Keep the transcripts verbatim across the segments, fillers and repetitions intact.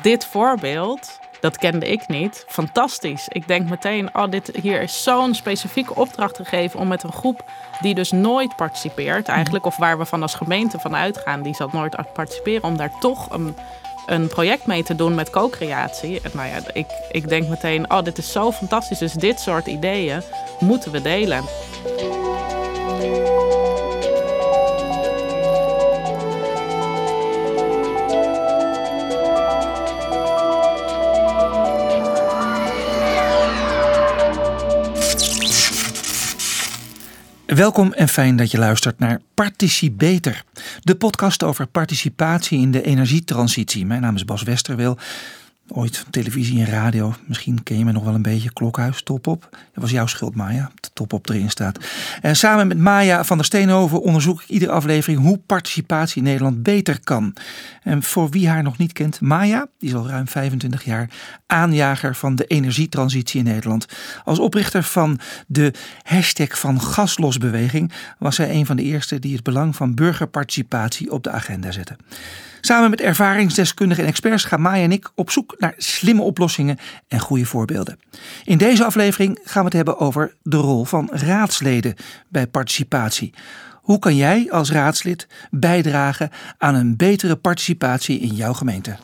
dit voorbeeld, dat kende ik niet, fantastisch. Ik denk meteen, oh, dit, hier is zo'n specifieke opdracht gegeven om met een groep die dus nooit participeert eigenlijk, of waar we van als gemeente van uitgaan, die zal nooit participeren, om daar toch een, een project mee te doen met co-creatie. En nou ja, ik, ik denk meteen, oh, dit is zo fantastisch. Dus dit soort ideeën moeten we delen. Welkom en fijn dat je luistert naar Particibeter, de podcast over participatie in de energietransitie. Mijn naam is Bas Westerweel. Ooit televisie en radio, misschien ken je me nog wel een beetje. Klokhuis, Top Op. Dat was jouw schuld, Maya, dat Top Op erin staat. En samen met Maya van der Steenhoven onderzoek ik iedere aflevering hoe participatie in Nederland beter kan. En voor wie haar nog niet kent, Maya, die is al ruim vijfentwintig jaar aanjager van de energietransitie in Nederland. Als oprichter van de hashtag van gaslosbeweging was zij een van de eerste die het belang van burgerparticipatie op de agenda zette. Samen met ervaringsdeskundigen en experts gaan Maya en ik op zoek naar slimme oplossingen en goede voorbeelden. In deze aflevering gaan we het hebben over de rol van raadsleden bij participatie. Hoe kan jij als raadslid bijdragen aan een betere participatie in jouw gemeente?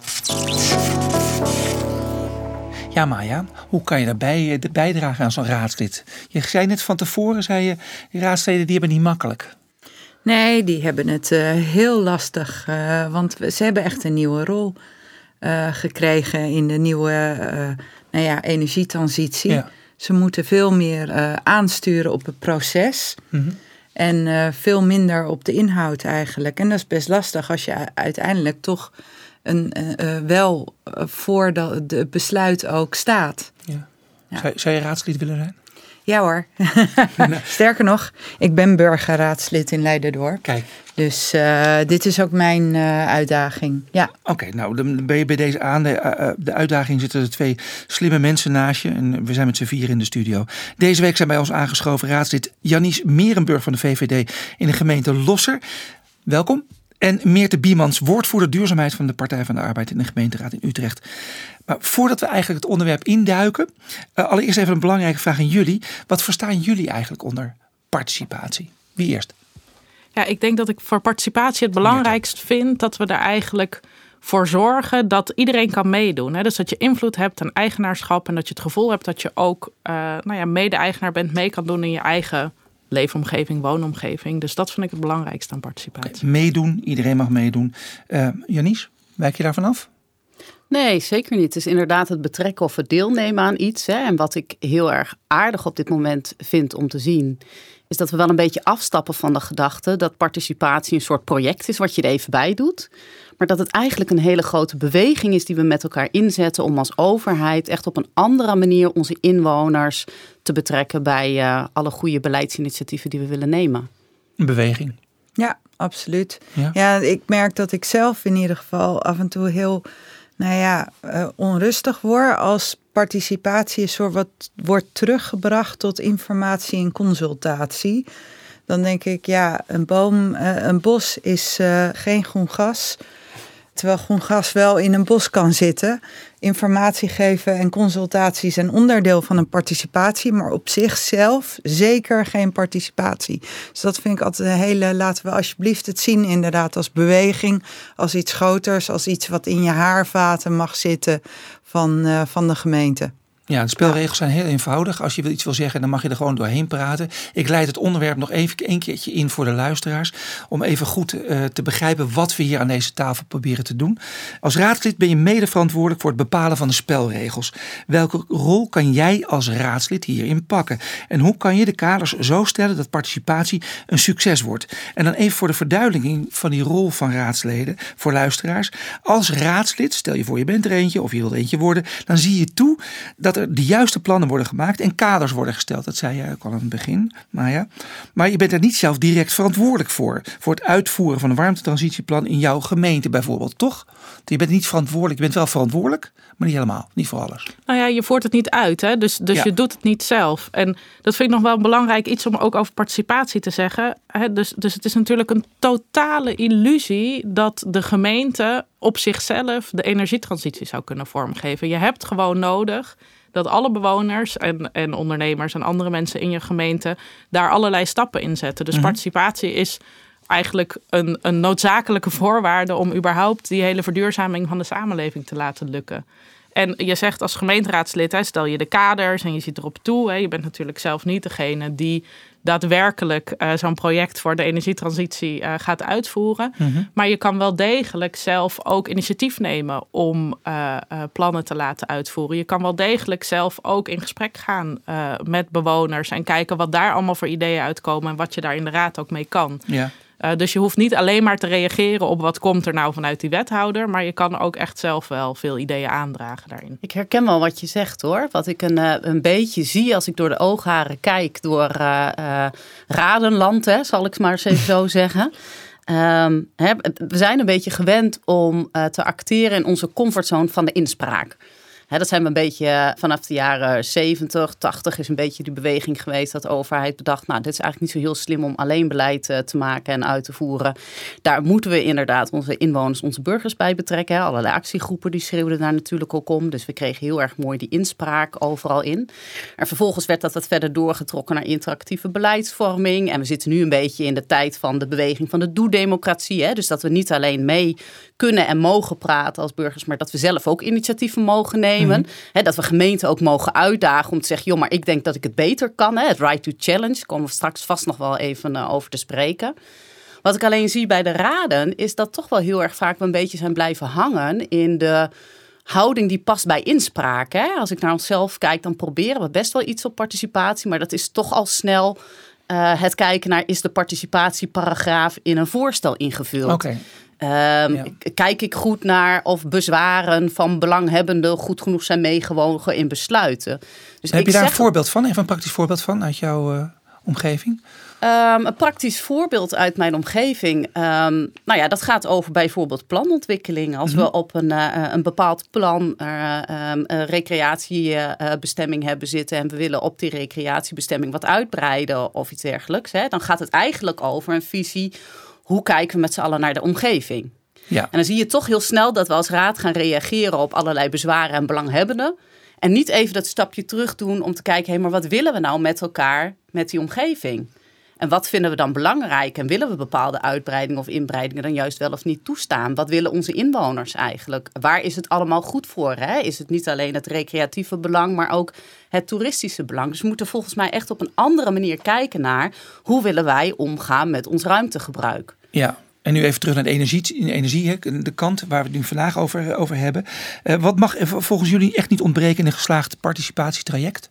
Ja, Maya, hoe kan je daarbij bijdragen aan zo'n raadslid? Je zei net van tevoren, zei je, die raadsleden die hebben niet makkelijk. Nee, die hebben het uh, heel lastig, uh, want ze hebben echt een nieuwe rol uh, gekregen in de nieuwe uh, nou ja, energietransitie. Ja. Ze moeten veel meer uh, aansturen op het proces mm-hmm. en uh, veel minder op de inhoud eigenlijk. En dat is best lastig als je uiteindelijk toch een, uh, wel uh, voor de, de besluit ook staat. Ja. Ja. Zou, zou je raadslid willen zijn? Ja hoor. Sterker nog, ik ben burgerraadslid in Leiderdorp. Kijk. Dus uh, dit is ook mijn uh, uitdaging. Ja. Oké, okay, nou dan ben je bij deze aan de, uh, de uitdaging zitten er twee slimme mensen naast je. En we zijn met z'n vier in de studio. Deze week zijn bij ons aangeschoven raadslid Janice Meerenburg van de V V D in de gemeente Losser. Welkom. En Meerte Biemans, woordvoerder duurzaamheid van de Partij van de Arbeid in de gemeenteraad in Utrecht. Maar voordat we eigenlijk het onderwerp induiken, uh, allereerst even een belangrijke vraag aan jullie. Wat verstaan jullie eigenlijk onder participatie? Wie eerst? Ja, ik denk dat ik voor participatie het belangrijkst vind dat we er eigenlijk voor zorgen dat iedereen kan meedoen. Hè? Dus dat je invloed hebt en eigenaarschap en dat je het gevoel hebt dat je ook uh, nou ja, mede-eigenaar bent, mee kan doen in je eigen leefomgeving, woonomgeving. Dus dat vind ik het belangrijkste aan participatie. Meedoen, iedereen mag meedoen. Uh, Janice, wijk je daarvan af? Nee, zeker niet. Het is inderdaad het betrekken of het deelnemen aan iets. Hè. En wat ik heel erg aardig op dit moment vind om te zien, is dat we wel een beetje afstappen van de gedachte dat participatie een soort project is wat je er even bij doet. Maar dat het eigenlijk een hele grote beweging is die we met elkaar inzetten om als overheid echt op een andere manier onze inwoners te betrekken bij uh, alle goede beleidsinitiatieven die we willen nemen. Een beweging. Ja, absoluut. Ja? Ja, ik merk dat ik zelf in ieder geval af en toe heel, nou ja, uh, onrustig word als participatie een soort wat wordt teruggebracht tot informatie en consultatie. Dan denk ik, ja, een boom, uh, een bos is uh, geen groen gas. Terwijl groen gas wel in een bos kan zitten. Informatie geven en consultatie zijn onderdeel van een participatie, maar op zichzelf zeker geen participatie. Dus dat vind ik altijd een hele, laten we alsjeblieft het zien inderdaad als beweging, als iets groters, als iets wat in je haarvaten mag zitten van, uh, van de gemeente. Ja, de spelregels zijn heel eenvoudig. Als je iets wil zeggen, dan mag je er gewoon doorheen praten. Ik leid het onderwerp nog even een keertje in voor de luisteraars, om even goed uh, te begrijpen wat we hier aan deze tafel proberen te doen. Als raadslid ben je mede verantwoordelijk voor het bepalen van de spelregels. Welke rol kan jij als raadslid hierin pakken? En hoe kan je de kaders zo stellen dat participatie een succes wordt? En dan even voor de verduidelijking van die rol van raadsleden, voor luisteraars. Als raadslid, stel je voor je bent er eentje of je wilt eentje worden, dan zie je toe dat er de juiste plannen worden gemaakt en kaders worden gesteld. Dat zei je ook al aan het begin, Maya. Maar je bent er niet zelf direct verantwoordelijk voor. Voor het uitvoeren van een warmtetransitieplan in jouw gemeente bijvoorbeeld, toch? Je bent niet verantwoordelijk. Je bent wel verantwoordelijk, maar niet helemaal. Niet voor alles. Nou ja, je voert het niet uit, hè? Dus, dus ja. je doet het niet zelf. En dat vind ik nog wel belangrijk iets om ook over participatie te zeggen. Hè? Dus, dus het is natuurlijk een totale illusie dat de gemeente op zichzelf de energietransitie zou kunnen vormgeven. Je hebt gewoon nodig dat alle bewoners en, en ondernemers en andere mensen in je gemeente daar allerlei stappen in zetten. Dus mm-hmm. participatie is eigenlijk een, een noodzakelijke voorwaarde om überhaupt die hele verduurzaming van de samenleving te laten lukken. En je zegt als gemeenteraadslid, hè, stel je de kaders en je ziet erop toe. Hè, je bent natuurlijk zelf niet degene die daadwerkelijk uh, zo'n project voor de energietransitie uh, gaat uitvoeren. Mm-hmm. Maar je kan wel degelijk zelf ook initiatief nemen om uh, uh, plannen te laten uitvoeren. Je kan wel degelijk zelf ook in gesprek gaan uh, met bewoners en kijken wat daar allemaal voor ideeën uitkomen en wat je daar in de raad ook mee kan. Ja. Uh, dus je hoeft niet alleen maar te reageren op wat komt er nou vanuit die wethouder, maar je kan ook echt zelf wel veel ideeën aandragen daarin. Ik herken wel wat je zegt hoor. Wat ik een, uh, een beetje zie als ik door de oogharen kijk door uh, uh, Radenland, hè, zal ik maar eens even zo zeggen. Um, hè, we zijn een beetje gewend om uh, te acteren in onze comfortzone van de inspraak. He, dat zijn we een beetje vanaf de jaren zeventig, tachtig is een beetje die beweging geweest dat de overheid bedacht, nou, dit is eigenlijk niet zo heel slim om alleen beleid uh, te maken en uit te voeren. Daar moeten we inderdaad onze inwoners, onze burgers bij betrekken. He. Allerlei actiegroepen die schreeuwden daar natuurlijk ook om. Dus we kregen heel erg mooi die inspraak overal in. En vervolgens werd dat wat verder doorgetrokken naar interactieve beleidsvorming. En we zitten nu een beetje in de tijd van de beweging van de doe-democratie. Hè. Dus dat we niet alleen mee kunnen en mogen praten als burgers, maar dat we zelf ook initiatieven mogen nemen. Mm-hmm. He, dat we gemeenten ook mogen uitdagen om te zeggen, joh, maar ik denk dat ik het beter kan. Hè. Het right to challenge, daar komen we straks vast nog wel even uh, over te spreken. Wat ik alleen zie bij de raden is dat toch wel heel erg vaak we een beetje zijn blijven hangen in de houding die past bij inspraak. Hè. Als ik naar onszelf kijk, dan proberen we best wel iets op participatie, maar dat is toch al snel uh, het kijken naar, is de participatieparagraaf in een voorstel ingevuld? Okay. Um, ja. Kijk ik goed naar of bezwaren van belanghebbenden goed genoeg zijn meegewogen in besluiten. Dus Heb ik je daar zeg, een voorbeeld van? Even een praktisch voorbeeld van uit jouw uh, omgeving? Um, een praktisch voorbeeld uit mijn omgeving. Um, nou ja, dat gaat over bijvoorbeeld planontwikkeling. Als mm-hmm. we op een, uh, een bepaald plan uh, um, een recreatiebestemming uh, hebben zitten en we willen op die recreatiebestemming wat uitbreiden of iets dergelijks, hè, dan gaat het eigenlijk over een visie. Hoe kijken we met z'n allen naar de omgeving? Ja. En dan zie je toch heel snel dat we als raad gaan reageren op allerlei bezwaren en belanghebbenden. En niet even dat stapje terug doen om te kijken, hé, maar wat willen we nou met elkaar met die omgeving? En wat vinden we dan belangrijk? En willen we bepaalde uitbreidingen of inbreidingen dan juist wel of niet toestaan? Wat willen onze inwoners eigenlijk? Waar is het allemaal goed voor? Hè? Is het niet alleen het recreatieve belang, maar ook het toeristische belang? Dus we moeten volgens mij echt op een andere manier kijken naar hoe willen wij omgaan met ons ruimtegebruik. Ja. En nu even terug naar de energie, de, energie, de kant waar we het nu vandaag over, over hebben. Uh, wat mag volgens jullie echt niet ontbreken in een geslaagd participatietraject?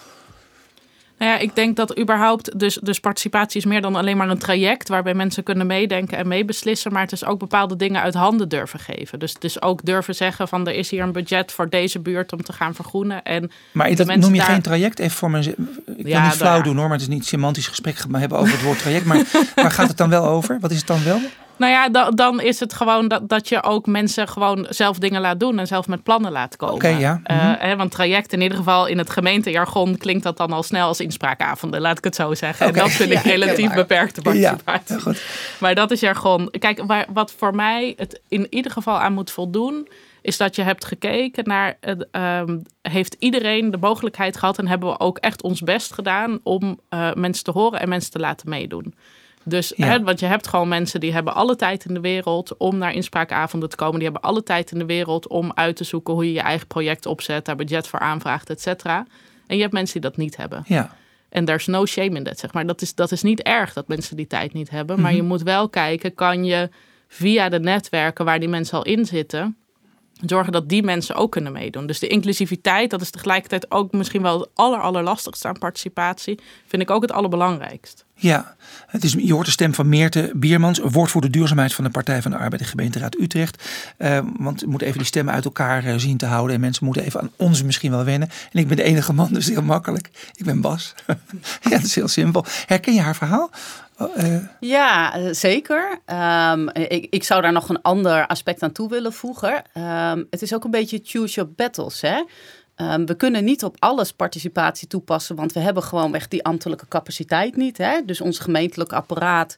Nou ja, ik denk dat überhaupt, dus, dus participatie is meer dan alleen maar een traject waarbij mensen kunnen meedenken en meebeslissen, maar het is ook bepaalde dingen uit handen durven geven. Dus het is ook durven zeggen van er is hier een budget voor deze buurt om te gaan vergroenen. En maar dat noem je daar geen traject? Even voor me, ik wil ja, niet flauw daar, doen hoor, maar het is niet semantisch gesprek hebben over het woord traject. Maar waar gaat het dan wel over? Wat is het dan wel? Nou ja, da, dan is het gewoon dat, dat je ook mensen gewoon zelf dingen laat doen en zelf met plannen laat komen. Oké, okay, ja. Mm-hmm. Uh, hè, want traject in ieder geval in het gemeentejargon klinkt dat dan al snel als inspraakavonden, laat ik het zo zeggen. Okay. En dat vind ik ja, relatief beperkte participatie. Ja, goed. Maar dat is jargon. Kijk, waar, wat voor mij het in ieder geval aan moet voldoen, is dat je hebt gekeken naar, uh, um, heeft iedereen de mogelijkheid gehad en hebben we ook echt ons best gedaan om uh, mensen te horen en mensen te laten meedoen. Dus, ja. hè, want je hebt gewoon mensen die hebben alle tijd in de wereld om naar inspraakavonden te komen. Die hebben alle tijd in de wereld om uit te zoeken hoe je je eigen project opzet, daar budget voor aanvraagt, et cetera. En je hebt mensen die dat niet hebben. Ja. En there's no shame in that, zeg maar. Dat is, dat is niet erg dat mensen die tijd niet hebben. Mm-hmm. Maar je moet wel kijken, kan je via de netwerken waar die mensen al in zitten, zorgen dat die mensen ook kunnen meedoen. Dus de inclusiviteit, dat is tegelijkertijd ook misschien wel het aller, allerlastigste aan participatie. Vind ik ook het allerbelangrijkst. Ja, het is, je hoort de stem van Meerte Biermans, woordvoerder duurzaamheid van de Partij van de Arbeid en gemeenteraad Utrecht. Uh, want we moeten even die stemmen uit elkaar uh, zien te houden. En mensen moeten even aan ons misschien wel wennen. En ik ben de enige man, dus heel makkelijk. Ik ben Bas. Ja, dat is heel simpel. Herken je haar verhaal? Uh... Ja, zeker. Um, ik, ik zou daar nog een ander aspect aan toe willen voegen. Um, het is ook een beetje choose your battles, hè? Um, we kunnen niet op alles participatie toepassen, want we hebben gewoon echt die ambtelijke capaciteit niet. Hè? Dus ons gemeentelijk apparaat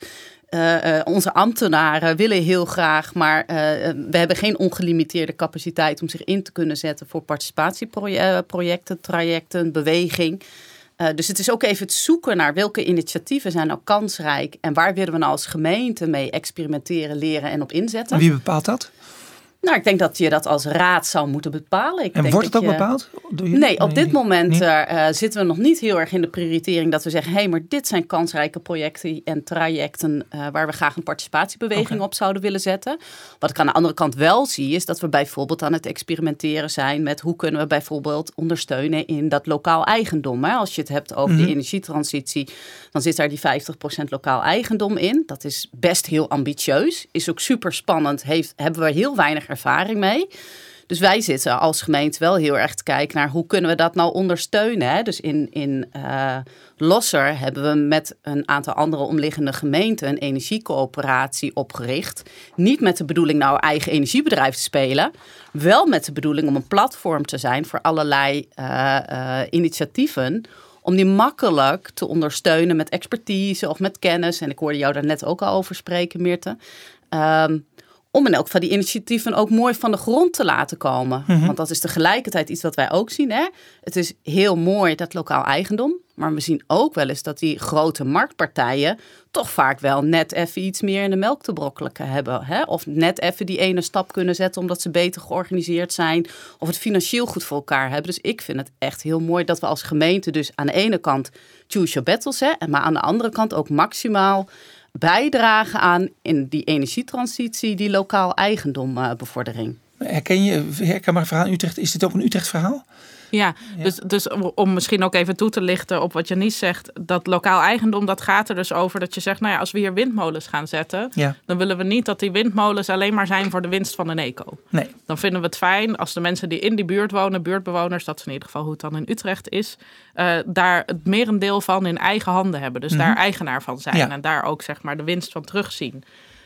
Uh, uh, onze ambtenaren willen heel graag, maar uh, we hebben geen ongelimiteerde capaciteit om zich in te kunnen zetten voor participatieprojecten, trajecten, beweging. Uh, dus het is ook even het zoeken naar welke initiatieven zijn nou kansrijk en waar willen we nou als gemeente mee experimenteren, leren en op inzetten. En wie bepaalt dat? Nou, ik denk dat je dat als raad zou moeten bepalen. Ik en denk wordt het ook je... bepaald? Doe je... Nee, op dit nee, moment nee. uh, zitten we nog niet heel erg in de prioritering dat we zeggen, hé, hey, maar dit zijn kansrijke projecten en trajecten uh, waar we graag een participatiebeweging okay. op zouden willen zetten. Wat ik aan de andere kant wel zie, is dat we bijvoorbeeld aan het experimenteren zijn met hoe kunnen we bijvoorbeeld ondersteunen in dat lokaal eigendom. Hè? Als je het hebt over mm-hmm. de energietransitie, dan zit daar die vijftig procent lokaal eigendom in. Dat is best heel ambitieus, is ook super spannend, heeft, hebben we heel weinig ervaring mee. Dus wij zitten als gemeente wel heel erg te kijken naar hoe kunnen we dat nou ondersteunen. Hè? Dus in, in uh, Losser hebben we met een aantal andere omliggende gemeenten een energiecoöperatie opgericht. Niet met de bedoeling nou eigen energiebedrijf te spelen. Wel met de bedoeling om een platform te zijn voor allerlei uh, uh, initiatieven. Om die makkelijk te ondersteunen met expertise of met kennis. En ik hoorde jou daar net ook al over spreken, Meerte. Um, Om in elk geval die initiatieven ook mooi van de grond te laten komen. Mm-hmm. Want dat is tegelijkertijd iets wat wij ook zien. Hè? Het is heel mooi, dat lokaal eigendom. Maar we zien ook wel eens dat die grote marktpartijen toch vaak wel net even iets meer in de melk te brokkelen hebben. Hè? Of net even die ene stap kunnen zetten omdat ze beter georganiseerd zijn. Of het financieel goed voor elkaar hebben. Dus ik vind het echt heel mooi dat we als gemeente dus aan de ene kant choose your battles. Hè? Maar aan de andere kant ook maximaal bijdragen aan in die energietransitie, die lokaal eigendombevordering. Herken je, herkenbaar verhaal in Utrecht, is dit ook een Utrecht verhaal? Ja, ja. Dus, dus om misschien ook even toe te lichten op wat Janice zegt, dat lokaal eigendom, dat gaat er dus over dat je zegt, nou ja, als we hier windmolens gaan zetten, ja. dan willen we niet dat die windmolens alleen maar zijn voor de winst van een eco. Nee. Dan vinden we het fijn als de mensen die in die buurt wonen, buurtbewoners, dat is in ieder geval hoe het dan in Utrecht is, uh, daar het merendeel van in eigen handen hebben. Dus mm-hmm. daar eigenaar van zijn ja. en daar ook zeg maar de winst van terugzien.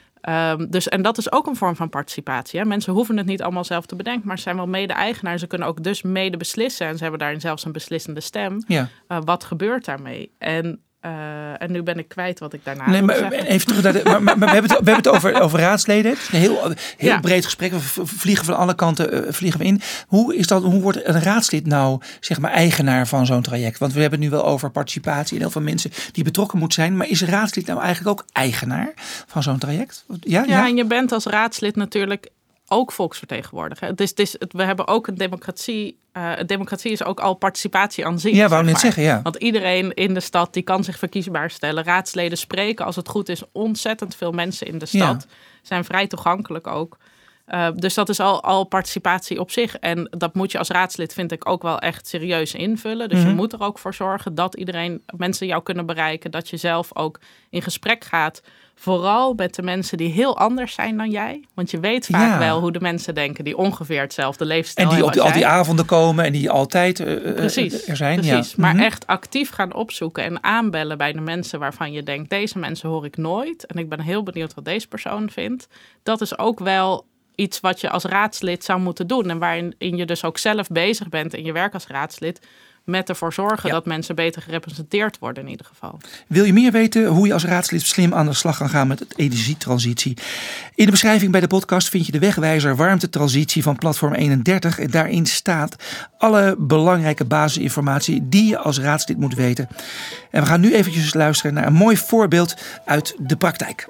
Um, dus, en dat is ook een vorm van participatie. Hè? Mensen hoeven het niet allemaal zelf te bedenken, maar ze zijn wel mede-eigenaar. Ze kunnen ook dus mede beslissen en ze hebben daarin zelfs een beslissende stem. Ja. Uh, wat gebeurt daarmee? En, uh, en nu ben ik kwijt wat ik daarna nee, maar zeggen. Even terug naar de, maar, maar, maar we hebben het, we hebben het over, over raadsleden. Het is een heel, heel ja. breed gesprek. We vliegen van alle kanten uh, vliegen we in. Hoe, is dat, hoe wordt een raadslid nou zeg maar eigenaar van zo'n traject? Want we hebben het nu wel over participatie en heel veel mensen die betrokken moeten zijn. Maar is een raadslid nou eigenlijk ook eigenaar van zo'n traject? Ja, ja, ja? En je bent als raadslid natuurlijk ook volksvertegenwoordiger. Het is, het is, het, we hebben ook een democratie. Uh, democratie is ook al participatie aan zich. Ja, wou zeg net zeggen, ja. Want iedereen in de stad die kan zich verkiesbaar stellen. Raadsleden spreken, als het goed is, ontzettend veel mensen in de stad. Ja. Zijn vrij toegankelijk ook. Uh, dus dat is al, al participatie op zich. En dat moet je als raadslid, vind ik, ook wel echt serieus invullen. Dus mm-hmm. je moet er ook voor zorgen dat iedereen mensen jou kunnen bereiken. Dat je zelf ook in gesprek gaat. Vooral met de mensen die heel anders zijn dan jij. Want je weet vaak ja. wel hoe de mensen denken die ongeveer hetzelfde leefstijl hebben. En die op die, al die jij. avonden komen en die altijd uh, precies, er zijn. Precies, ja. maar mm-hmm. echt actief gaan opzoeken en aanbellen bij de mensen waarvan je denkt, deze mensen hoor ik nooit. En ik ben heel benieuwd wat deze persoon vindt. Dat is ook wel iets wat je als raadslid zou moeten doen. En waarin je dus ook zelf bezig bent in je werk als raadslid met ervoor zorgen ja. dat mensen beter gerepresenteerd worden in ieder geval. Wil je meer weten hoe je als raadslid slim aan de slag kan gaan met het energietransitie? In de beschrijving bij de podcast vind je de wegwijzer warmtetransitie van Platform eenendertig. En daarin staat alle belangrijke basisinformatie die je als raadslid moet weten. En we gaan nu eventjes luisteren naar een mooi voorbeeld uit de praktijk.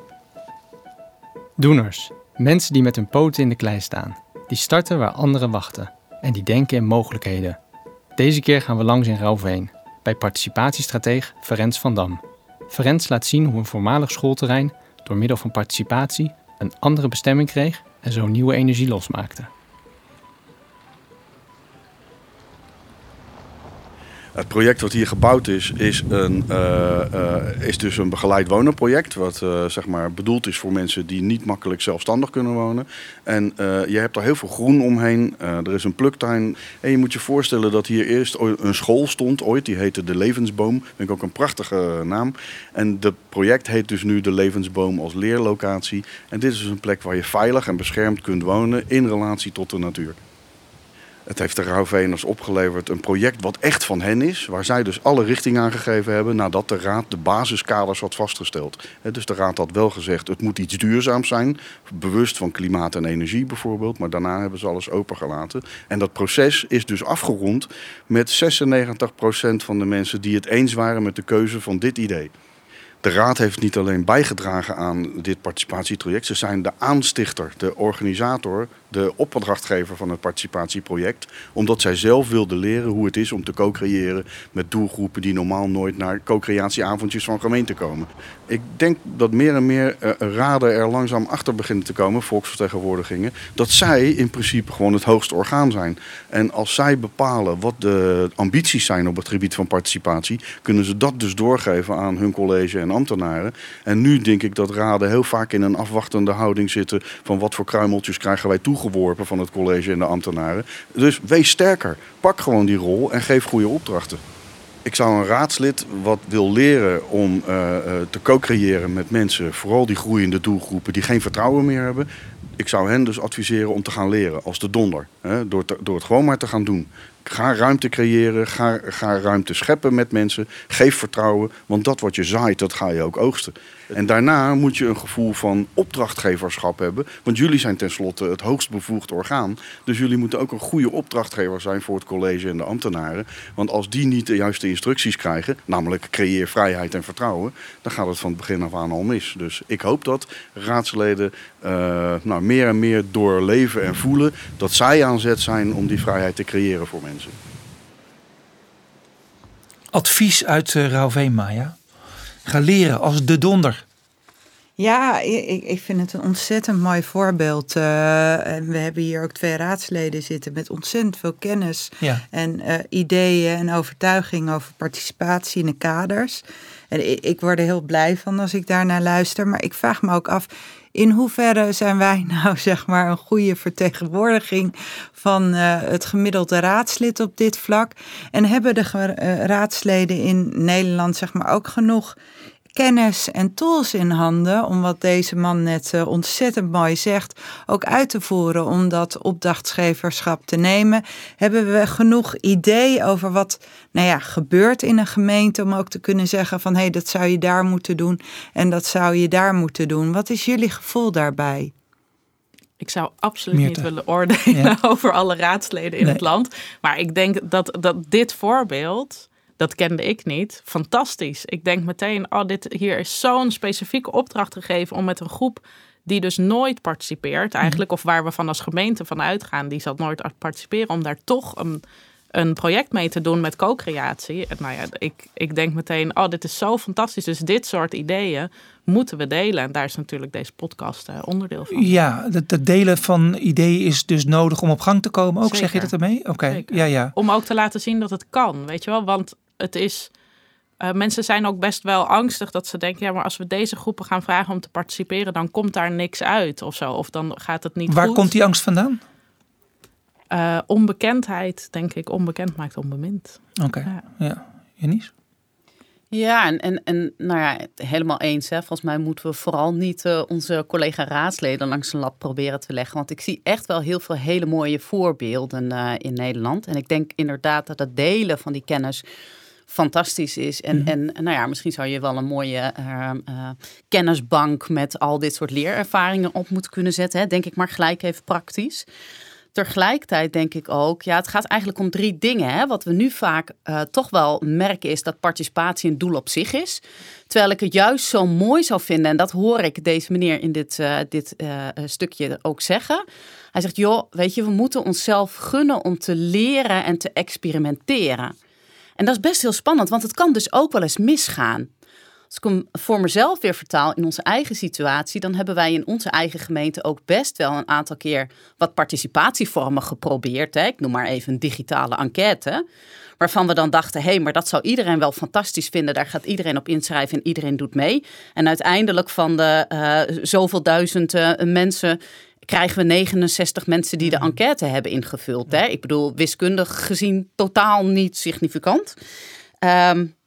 Doeners. Mensen die met hun poten in de klei staan. Die starten waar anderen wachten. En die denken in mogelijkheden. Deze keer gaan we langs in Rauwveen, bij participatiestrateeg Ferenc van Dam. Ferenc laat zien hoe een voormalig schoolterrein door middel van participatie een andere bestemming kreeg en zo nieuwe energie losmaakte. Het project wat hier gebouwd is, is, een, uh, uh, is dus een begeleid wonenproject. Wat uh, zeg maar bedoeld is voor mensen die niet makkelijk zelfstandig kunnen wonen. En uh, je hebt er heel veel groen omheen. Uh, er is een pluktuin. En je moet je voorstellen dat hier eerst een school stond ooit. Die heette de Levensboom. Dat vind ik ook een prachtige naam. En het project heet dus nu de Levensboom als leerlocatie. En dit is dus een plek waar je veilig en beschermd kunt wonen in relatie tot de natuur. Het heeft de Rauwveeners opgeleverd een project wat echt van hen is. Waar zij dus alle richting aangegeven hebben nadat de Raad de basiskaders had vastgesteld. Dus de Raad had wel gezegd het moet iets duurzaams zijn. Bewust van klimaat en energie bijvoorbeeld. Maar daarna hebben ze alles opengelaten. En dat proces is dus afgerond met zesennegentig procent van de mensen die het eens waren met de keuze van dit idee. De Raad heeft niet alleen bijgedragen aan dit participatietraject. Ze zijn de aanstichter, de organisator, de opdrachtgever van het participatieproject. Omdat zij zelf wilden leren hoe het is om te co-creëren met doelgroepen die normaal nooit naar co-creatieavondjes van gemeenten komen. Ik denk dat meer en meer uh, raden er langzaam achter beginnen te komen, volksvertegenwoordigingen, dat zij in principe gewoon het hoogste orgaan zijn. En als zij bepalen wat de ambities zijn op het gebied van participatie, kunnen ze dat dus doorgeven aan hun college en ambtenaren. En nu denk ik dat raden heel vaak in een afwachtende houding zitten van wat voor kruimeltjes krijgen wij toegeworpen van het college en de ambtenaren. Dus wees sterker. Pak gewoon die rol en geef goede opdrachten. Ik zou een raadslid wat wil leren om uh, te co-creëren met mensen, vooral die groeiende doelgroepen die geen vertrouwen meer hebben. Ik zou hen dus adviseren om te gaan leren als de donder. Hè, door, te, door het gewoon maar te gaan doen. Ga ruimte creëren, ga, ga ruimte scheppen met mensen. Geef vertrouwen, want dat wat je zaait, dat ga je ook oogsten. En daarna moet je een gevoel van opdrachtgeverschap hebben. Want jullie zijn tenslotte het hoogst bevoegd orgaan. Dus jullie moeten ook een goede opdrachtgever zijn voor het college en de ambtenaren. Want als die niet de juiste instructies krijgen, namelijk creëer vrijheid en vertrouwen, dan gaat het van het begin af aan al mis. Dus ik hoop dat raadsleden uh, nou, meer en meer doorleven en voelen dat zij aan zet zijn om die vrijheid te creëren voor mensen. Advies uit uh, Rauwveen, Maya. Ga leren als de donder. Ja, ik, ik vind het een ontzettend mooi voorbeeld. Uh, en we hebben hier ook twee raadsleden zitten met ontzettend veel kennis. Ja. En uh, ideeën en overtuiging over participatie in de kaders. En ik, ik word er heel blij van als ik daarnaar luister. Maar ik vraag me ook af, in hoeverre zijn wij nou zeg maar een goede vertegenwoordiging van uh, het gemiddelde raadslid op dit vlak? En hebben de uh, raadsleden in Nederland zeg maar ook genoeg kennis en tools in handen om wat deze man net uh, ontzettend mooi zegt ook uit te voeren, om dat opdrachtgeverschap te nemen? Hebben we genoeg idee over wat nou ja, gebeurt in een gemeente om ook te kunnen zeggen van hé, hey, dat zou je daar moeten doen en dat zou je daar moeten doen? Wat is jullie gevoel daarbij? Ik zou absoluut Meerte. niet willen oordelen ja. over alle raadsleden in nee. het land. Maar ik denk dat, dat dit voorbeeld, dat kende ik niet, fantastisch. Ik denk meteen, oh, dit hier is zo'n specifieke opdracht gegeven om met een groep die dus nooit participeert eigenlijk, of waar we van als gemeente van uitgaan, die zal nooit participeren, om daar toch een, een project mee te doen met co-creatie. En nou ja, ik, ik denk meteen, oh, dit is zo fantastisch. Dus dit soort ideeën moeten we delen. En daar is natuurlijk deze podcast uh, onderdeel van. Ja, het, het delen van ideeën is dus nodig om op gang te komen. Ook Zeker. Zeg je dat ermee? Oké, okay. ja, ja. Om ook te laten zien dat het kan, weet je wel. Want het is, uh, mensen zijn ook best wel angstig dat ze denken, ja, maar als we deze groepen gaan vragen om te participeren, dan komt daar niks uit of zo. Of dan gaat het niet Waar goed. komt die angst vandaan? Uh, onbekendheid, denk ik. Onbekend maakt onbemind. Oké, okay. ja. ja. Janice? Ja, en, en, en nou ja, helemaal eens. Hè. Volgens mij moeten we vooral niet uh, onze collega raadsleden langs een lat proberen te leggen. Want ik zie echt wel heel veel hele mooie voorbeelden uh, in Nederland. En ik denk inderdaad dat het delen van die kennis fantastisch is. En, mm-hmm. en nou ja, misschien zou je wel een mooie uh, uh, kennisbank met al dit soort leerervaringen op moeten kunnen zetten. Hè. Denk ik maar gelijk even praktisch. Tegelijkertijd denk ik ook, ja, het gaat eigenlijk om drie dingen. Hè. Wat we nu vaak uh, toch wel merken is dat participatie een doel op zich is. Terwijl ik het juist zo mooi zou vinden, en dat hoor ik deze meneer in dit, uh, dit uh, stukje ook zeggen. Hij zegt, joh, weet je, we moeten onszelf gunnen om te leren en te experimenteren. En dat is best heel spannend, want het kan dus ook wel eens misgaan. Als ik hem voor mezelf weer vertaal in onze eigen situatie, dan hebben wij in onze eigen gemeente ook best wel een aantal keer wat participatievormen geprobeerd. Hè? Ik noem maar even een digitale enquête. Waarvan we dan dachten, hé, hey, maar dat zou iedereen wel fantastisch vinden. Daar gaat iedereen op inschrijven en iedereen doet mee. En uiteindelijk van de uh, zoveel duizend uh, mensen krijgen we negenenzestig mensen die de enquête hebben ingevuld. Hè? Ik bedoel, wiskundig gezien totaal niet significant. Um,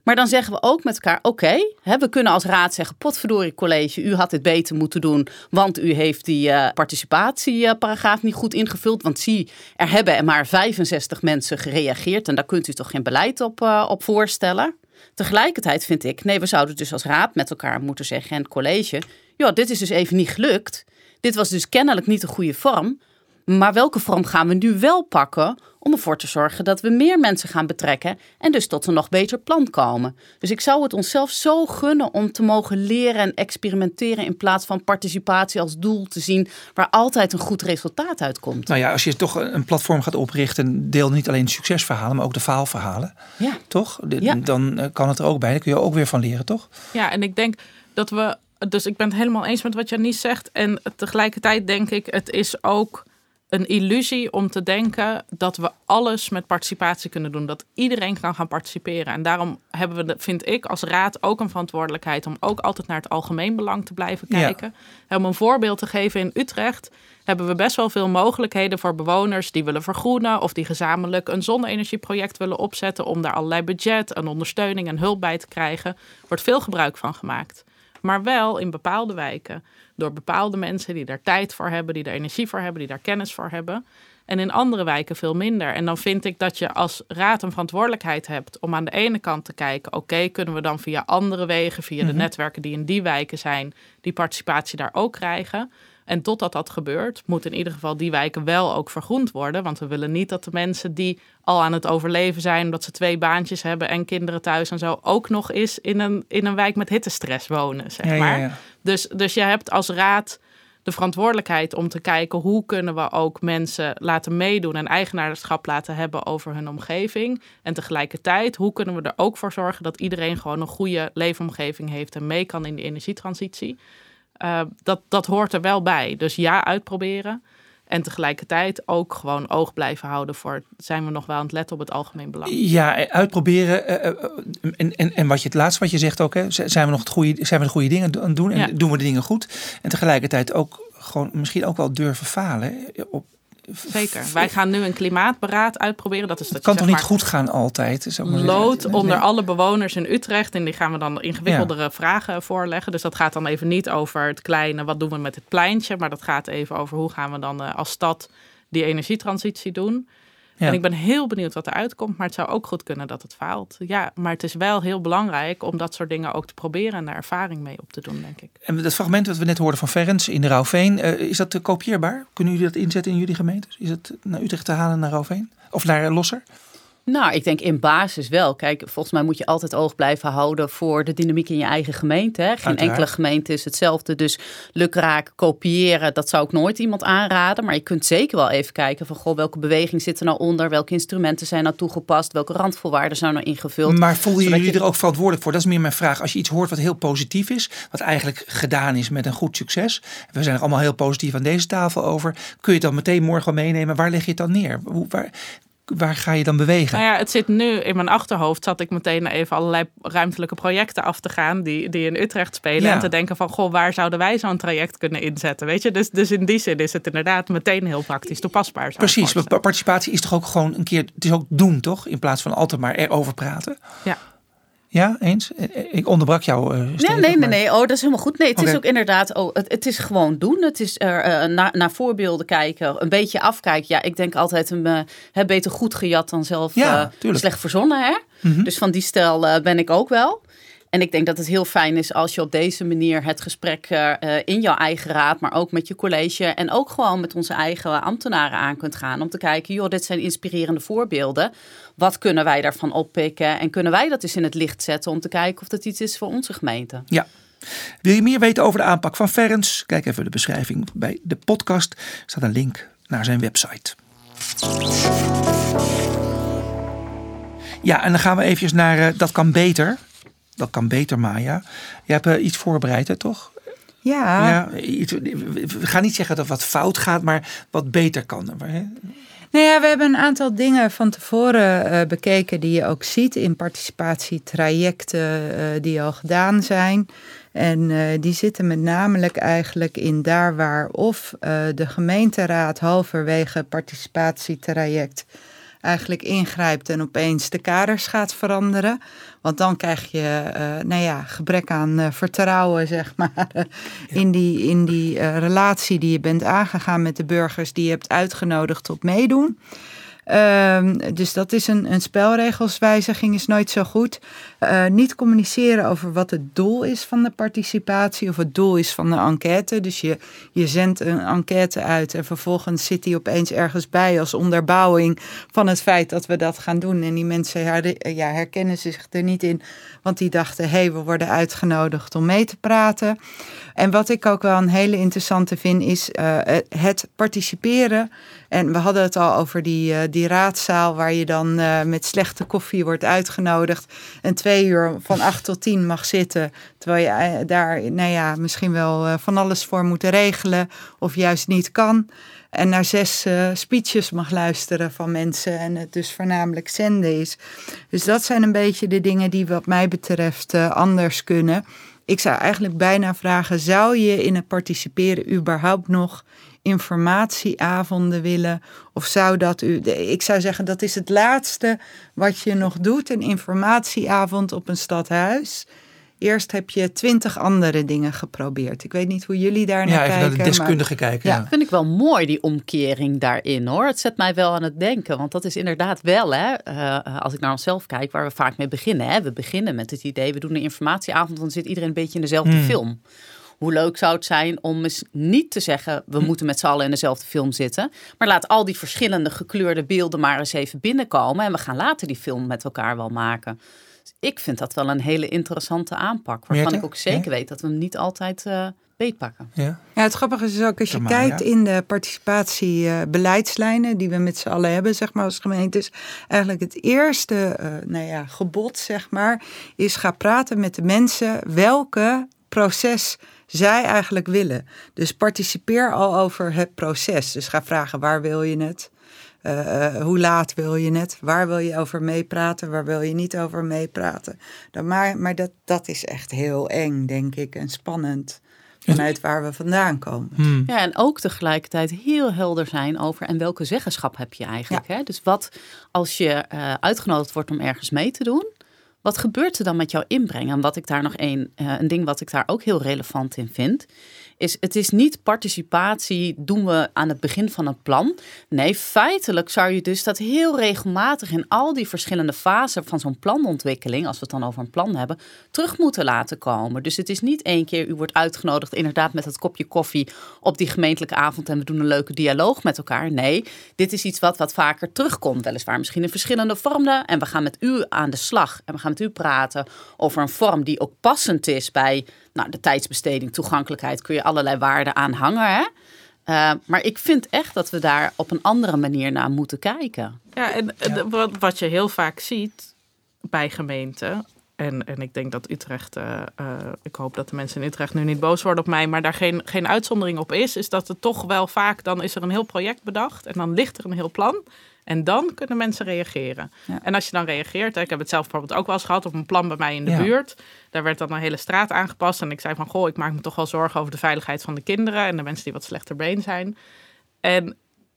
Maar dan zeggen we ook met elkaar, oké, okay, we kunnen als raad zeggen, potverdorie college, u had dit beter moeten doen, want u heeft die uh, participatieparagraaf niet goed ingevuld. Want zie, er hebben er maar vijfenzestig mensen gereageerd en daar kunt u toch geen beleid op, uh, op voorstellen. Tegelijkertijd vind ik, nee, we zouden dus als raad met elkaar moeten zeggen en het college, ja, dit is dus even niet gelukt. Dit was dus kennelijk niet de goede vorm. Maar welke vorm gaan we nu wel pakken om ervoor te zorgen dat we meer mensen gaan betrekken en dus tot een nog beter plan komen. Dus ik zou het onszelf zo gunnen om te mogen leren en experimenteren in plaats van participatie als doel te zien waar altijd een goed resultaat uitkomt. Nou ja, als je toch een platform gaat oprichten, deel niet alleen de succesverhalen, maar ook de faalverhalen. Ja. Toch? De, ja. Dan kan het er ook bij. Daar kun je ook weer van leren, toch? Ja, en ik denk dat we, dus ik ben het helemaal eens met wat Janice zegt en tegelijkertijd denk ik, het is ook een illusie om te denken dat we alles met participatie kunnen doen. Dat iedereen kan gaan participeren. En daarom hebben we, vind ik, als raad ook een verantwoordelijkheid om ook altijd naar het algemeen belang te blijven kijken. Ja. Om een voorbeeld te geven, in Utrecht hebben we best wel veel mogelijkheden voor bewoners die willen vergroenen of die gezamenlijk een zonne-energieproject willen opzetten om daar allerlei budget en ondersteuning en hulp bij te krijgen. Er wordt veel gebruik van gemaakt. Maar wel in bepaalde wijken. Door bepaalde mensen die daar tijd voor hebben, die daar energie voor hebben, die daar kennis voor hebben. En in andere wijken veel minder. En dan vind ik dat je als raad een verantwoordelijkheid hebt om aan de ene kant te kijken, oké, okay, kunnen we dan via andere wegen, via mm-hmm. de netwerken die in die wijken zijn, die participatie daar ook krijgen. En totdat dat gebeurt, moeten in ieder geval die wijken wel ook vergroend worden. Want we willen niet dat de mensen die al aan het overleven zijn, omdat ze twee baantjes hebben en kinderen thuis en zo, ook nog eens in een, in een wijk met hittestress wonen, zeg ja, maar. Ja, ja. Dus, dus je hebt als raad de verantwoordelijkheid om te kijken hoe kunnen we ook mensen laten meedoen en eigenaarschap laten hebben over hun omgeving. En tegelijkertijd, hoe kunnen we er ook voor zorgen dat iedereen gewoon een goede leefomgeving heeft en mee kan in die energietransitie. Uh, dat, dat hoort er wel bij. Dus ja, uitproberen. En tegelijkertijd ook gewoon oog blijven houden voor, zijn we nog wel aan het letten op het algemeen belang? Ja, uitproberen. Uh, uh, en, en, en wat je het laatste wat je zegt ook, hè, zijn we nog het goede, zijn we de goede dingen aan het doen en ja. doen we de dingen goed? En tegelijkertijd ook gewoon misschien ook wel durven falen op. Zeker. Wij gaan nu een klimaatberaad uitproberen. Dat is dat het kan je, toch zeg niet goed gaan altijd? Zeg maar lood nee. onder alle bewoners in Utrecht. En die gaan we dan ingewikkeldere ja. vragen voorleggen. Dus dat gaat dan even niet over het kleine, wat doen we met het pleintje. Maar dat gaat even over hoe gaan we dan uh, als stad die energietransitie doen. Ja. En ik ben heel benieuwd wat eruit komt. Maar het zou ook goed kunnen dat het faalt. Ja, maar het is wel heel belangrijk om dat soort dingen ook te proberen en daar ervaring mee op te doen, denk ik. En dat fragment dat we net hoorden van Ferens in de Rauwveen, uh, is dat uh, kopieerbaar? Kunnen jullie dat inzetten in jullie gemeentes? Is het naar Utrecht te halen naar Rauwveen? Of naar Losser? Nou, ik denk in basis wel. Kijk, volgens mij moet je altijd oog blijven houden voor de dynamiek in je eigen gemeente. Hè? Geen Uiteraard. enkele gemeente is hetzelfde. Dus lukraak kopiëren, dat zou ik nooit iemand aanraden. Maar je kunt zeker wel even kijken van, goh, welke beweging zit er nou onder? Welke instrumenten zijn nou toegepast? Welke randvoorwaarden zijn nou ingevuld? Maar voelen jullie je... er ook verantwoordelijk voor? Dat is meer mijn vraag. Als je iets hoort wat heel positief is, wat eigenlijk gedaan is met een goed succes. We zijn er allemaal heel positief aan deze tafel over. Kun je het dan meteen morgen wel meenemen? Waar leg je het dan neer? Hoe, waar... Waar ga je dan bewegen? Nou ja, het zit nu in mijn achterhoofd. Zat ik meteen even allerlei ruimtelijke projecten af te gaan die, die in Utrecht spelen. Ja. En te denken van, goh, waar zouden wij zo'n traject kunnen inzetten? Weet je? Dus, dus in die zin is het inderdaad meteen heel praktisch toepasbaar. Precies, maar participatie is toch ook gewoon een keer, het is ook doen, toch? In plaats van altijd maar erover praten. Ja. Ja, eens? Ik onderbrak jou. Uh, nee, nee, nee, nee. Oh, dat is helemaal goed. Nee, het okay. is ook inderdaad, oh, het, het is gewoon doen. Het is er uh, naar, naar voorbeelden kijken, een beetje afkijken. Ja, ik denk altijd, een, uh, heb beter goed gejat dan zelf ja, uh, slecht verzonnen. Hè? Mm-hmm. Dus van die stijl uh, ben ik ook wel. En ik denk dat het heel fijn is als je op deze manier het gesprek uh, in jouw eigen raad, maar ook met je college en ook gewoon met onze eigen ambtenaren aan kunt gaan. Om te kijken, joh, dit zijn inspirerende voorbeelden. Wat kunnen wij daarvan oppikken? En kunnen wij dat eens in het licht zetten om te kijken of dat iets is voor onze gemeente? Ja. Wil je meer weten over de aanpak van Ferens? Kijk even de beschrijving bij de podcast. Er staat een link naar zijn website. Ja, en dan gaan we eventjes naar uh, Dat kan beter. Dat kan beter, Maya. Je hebt uh, iets voorbereid, hè, toch? Ja. ja iets, we gaan niet zeggen dat wat fout gaat, maar wat beter kan. Hè? Nou ja, we hebben een aantal dingen van tevoren uh, bekeken die je ook ziet in participatietrajecten uh, die al gedaan zijn. En uh, die zitten met name eigenlijk in daar waar of uh, de gemeenteraad halverwege participatietraject eigenlijk ingrijpt en opeens de kaders gaat veranderen. Want dan krijg je uh, nou ja, gebrek aan uh, vertrouwen, zeg maar, uh, ja. in die, in die uh, relatie die je bent aangegaan met de burgers die je hebt uitgenodigd tot meedoen. Um, dus dat is een, een spelregelswijziging, is nooit zo goed. Uh, niet communiceren over wat het doel is van de participatie of het doel is van de enquête. Dus je, je zendt een enquête uit en vervolgens zit die opeens ergens bij als onderbouwing van het feit dat we dat gaan doen. En die mensen ja, herkennen zich er niet in, want die dachten, hé, hey, we worden uitgenodigd om mee te praten. En wat ik ook wel een hele interessante vind is uh, het participeren. En we hadden het al over die, uh, die raadzaal waar je dan uh, met slechte koffie wordt uitgenodigd. En twee uur van acht tot tien mag zitten. Terwijl je uh, daar nou ja, misschien wel uh, van alles voor moet regelen of juist niet kan. En naar zes uh, speeches mag luisteren van mensen en het dus voornamelijk zenden is. Dus dat zijn een beetje de dingen die wat mij betreft uh, anders kunnen. Ik zou eigenlijk bijna vragen, zou je in het participeren überhaupt nog informatieavonden willen? Of zou dat u, ik zou zeggen, dat is het laatste wat je nog doet, een informatieavond op een stadhuis. Eerst heb je twintig andere dingen geprobeerd. Ik weet niet hoe jullie daar naar ja, kijken. Ja, even naar de deskundige maar, kijken. Ja, Ja, vind ik wel mooi die omkering daarin hoor. Het zet mij wel aan het denken. Want dat is inderdaad wel, hè, uh, als ik naar onszelf kijk, waar we vaak mee beginnen. Hè. We beginnen met het idee, we doen een informatieavond, dan zit iedereen een beetje in dezelfde mm. film. Hoe leuk zou het zijn om eens niet te zeggen, we moeten met z'n allen in dezelfde film zitten. Maar laat al die verschillende gekleurde beelden maar eens even binnenkomen. En we gaan later die film met elkaar wel maken. Ik vind dat wel een hele interessante aanpak. Waarvan Meerte? ik ook zeker ja? weet dat we hem niet altijd uh, beetpakken. Ja. ja, het grappige is ook als je maar, kijkt ja. in de participatiebeleidslijnen uh, die we met z'n allen hebben, zeg maar als gemeentes. Eigenlijk het eerste uh, nou ja, gebod, zeg maar, is ga praten met de mensen welke proces zij eigenlijk willen. Dus participeer al over het proces. Dus ga vragen waar wil je het? Uh, uh, hoe laat wil je het? Waar wil je over meepraten? Waar wil je niet over meepraten? Dan maar maar dat, dat is echt heel eng, denk ik. En spannend. Vanuit waar we vandaan komen. Hmm. Ja, en ook tegelijkertijd heel helder zijn over en welke zeggenschap heb je eigenlijk. Ja. Hè? Dus wat als je uh, uitgenodigd wordt om ergens mee te doen. Wat gebeurt er dan met jouw inbreng? En wat ik daar nog een, uh, een ding wat ik daar ook heel relevant in vind, is het is niet participatie doen we aan het begin van het plan. Nee, feitelijk zou je dus dat heel regelmatig in al die verschillende fasen van zo'n planontwikkeling, als we het dan over een plan hebben, terug moeten laten komen. Dus het is niet één keer, u wordt uitgenodigd inderdaad met dat kopje koffie op die gemeentelijke avond en we doen een leuke dialoog met elkaar. Nee, dit is iets wat wat vaker terugkomt, weliswaar misschien in verschillende vormen. En we gaan met u aan de slag en we gaan met u praten over een vorm die ook passend is bij nou, de tijdsbesteding, toegankelijkheid, kun je allerlei waarden aan hangen. Hè? Uh, maar ik vind echt dat we daar op een andere manier naar moeten kijken. Ja, en ja. Wat, wat je heel vaak ziet bij gemeenten, en, en ik denk dat Utrecht, uh, uh, ik hoop dat de mensen in Utrecht nu niet boos worden op mij, maar daar geen, geen uitzondering op is, is dat het toch wel vaak, dan is er een heel project bedacht en dan ligt er een heel plan. En dan kunnen mensen reageren. Ja. En als je dan reageert, ik heb het zelf bijvoorbeeld ook wel eens gehad op een plan bij mij in de ja. buurt. Daar werd dan een hele straat aangepast. En ik zei van, goh, ik maak me toch wel zorgen over de veiligheid van de kinderen en de mensen die wat slechter been zijn. En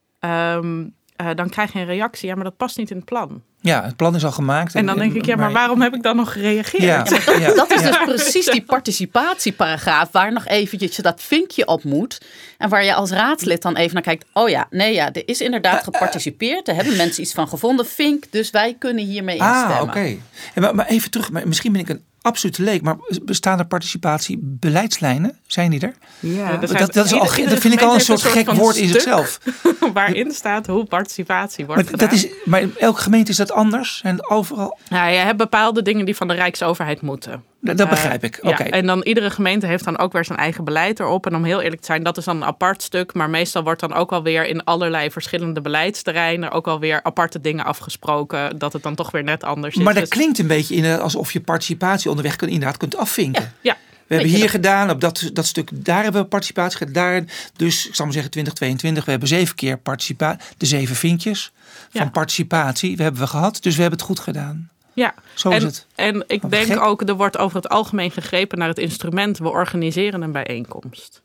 um, uh, dan krijg je een reactie, ja, maar dat past niet in het plan. Ja, het plan is al gemaakt. En, en dan denk ik, ja, maar waarom heb ik dan nog gereageerd? Ja, ja, dat, ja. dat is dus precies die participatieparagraaf waar nog eventjes dat vinkje op moet. En waar je als raadslid dan even naar kijkt. Oh ja, nee ja, er is inderdaad geparticipeerd. Er hebben mensen iets van gevonden. Vink, dus wij kunnen hiermee instemmen. Ah, oké. Okay. Maar, maar even terug, maar misschien ben ik een absolute leek. Maar bestaan er participatiebeleidslijnen? Zijn die er? Ja. Dat, dat, dat, is al, dat vind ik al een soort, soort gek woord in zichzelf. Waarin staat hoe participatie wordt maar gedaan. Dat is, maar in elke gemeente is dat anders en overal? Nou, je hebt bepaalde dingen die van de Rijksoverheid moeten. Dat, dat begrijp ik. Uh, okay. Ja, en dan iedere gemeente heeft dan ook weer zijn eigen beleid erop. En om heel eerlijk te zijn, dat is dan een apart stuk. Maar meestal wordt dan ook alweer in allerlei verschillende beleidsterreinen ook alweer aparte dingen afgesproken. Dat het dan toch weer net anders is. Maar dat dus klinkt een beetje inderdaad alsof je participatie onderweg kunt, inderdaad kunt afvinken. Ja, ja. We hebben hier gedaan, op dat, dat stuk, daar hebben we participatie gedaan. Daar, dus ik zal maar zeggen twintig tweeëntwintig, we hebben zeven keer participatie. De zeven vinkjes van ja. participatie, we hebben we gehad. Dus we hebben het goed gedaan. Ja, Zo is en, het. en ik denk gek. ook, er wordt over het algemeen gegrepen naar het instrument, we organiseren een bijeenkomst.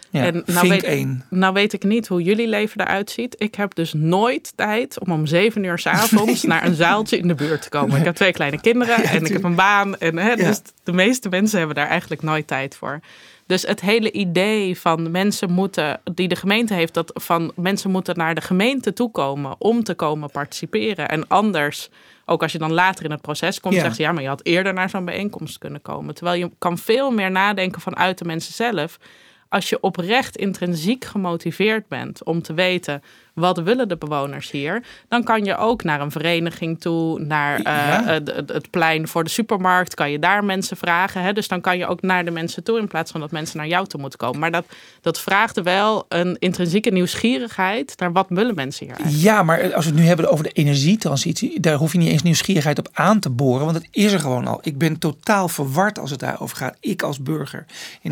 Ja, en nou Vink weet, één. nou weet ik niet hoe jullie leven eruit ziet. Ik heb dus nooit tijd om om zeven uur 's avonds nee. naar een zaaltje in de buurt te komen. Ik heb twee kleine kinderen ja, en ik heb een baan. En, hè, ja. Dus de meeste mensen hebben daar eigenlijk nooit tijd voor. Dus het hele idee van mensen moeten, die de gemeente heeft, dat van mensen moeten naar de gemeente toe komen om te komen participeren. En anders, ook als je dan later in het proces komt, ja. zegt ze ja, maar je had eerder naar zo'n bijeenkomst kunnen komen. Terwijl je kan veel meer nadenken vanuit de mensen zelf. Als je oprecht intrinsiek gemotiveerd bent om te weten wat willen de bewoners hier, dan kan je ook naar een vereniging toe, naar uh, ja. het, het plein voor de supermarkt, kan je daar mensen vragen. Hè? Dus dan kan je ook naar de mensen toe in plaats van dat mensen naar jou toe moeten komen. Maar dat, dat vraagt wel een intrinsieke nieuwsgierigheid naar wat willen mensen hier eigenlijk. Ja, maar als we het nu hebben over de energietransitie, daar hoef je niet eens nieuwsgierigheid op aan te boren, want het is er gewoon al. Ik ben totaal verward als het daarover gaat. Ik als burger.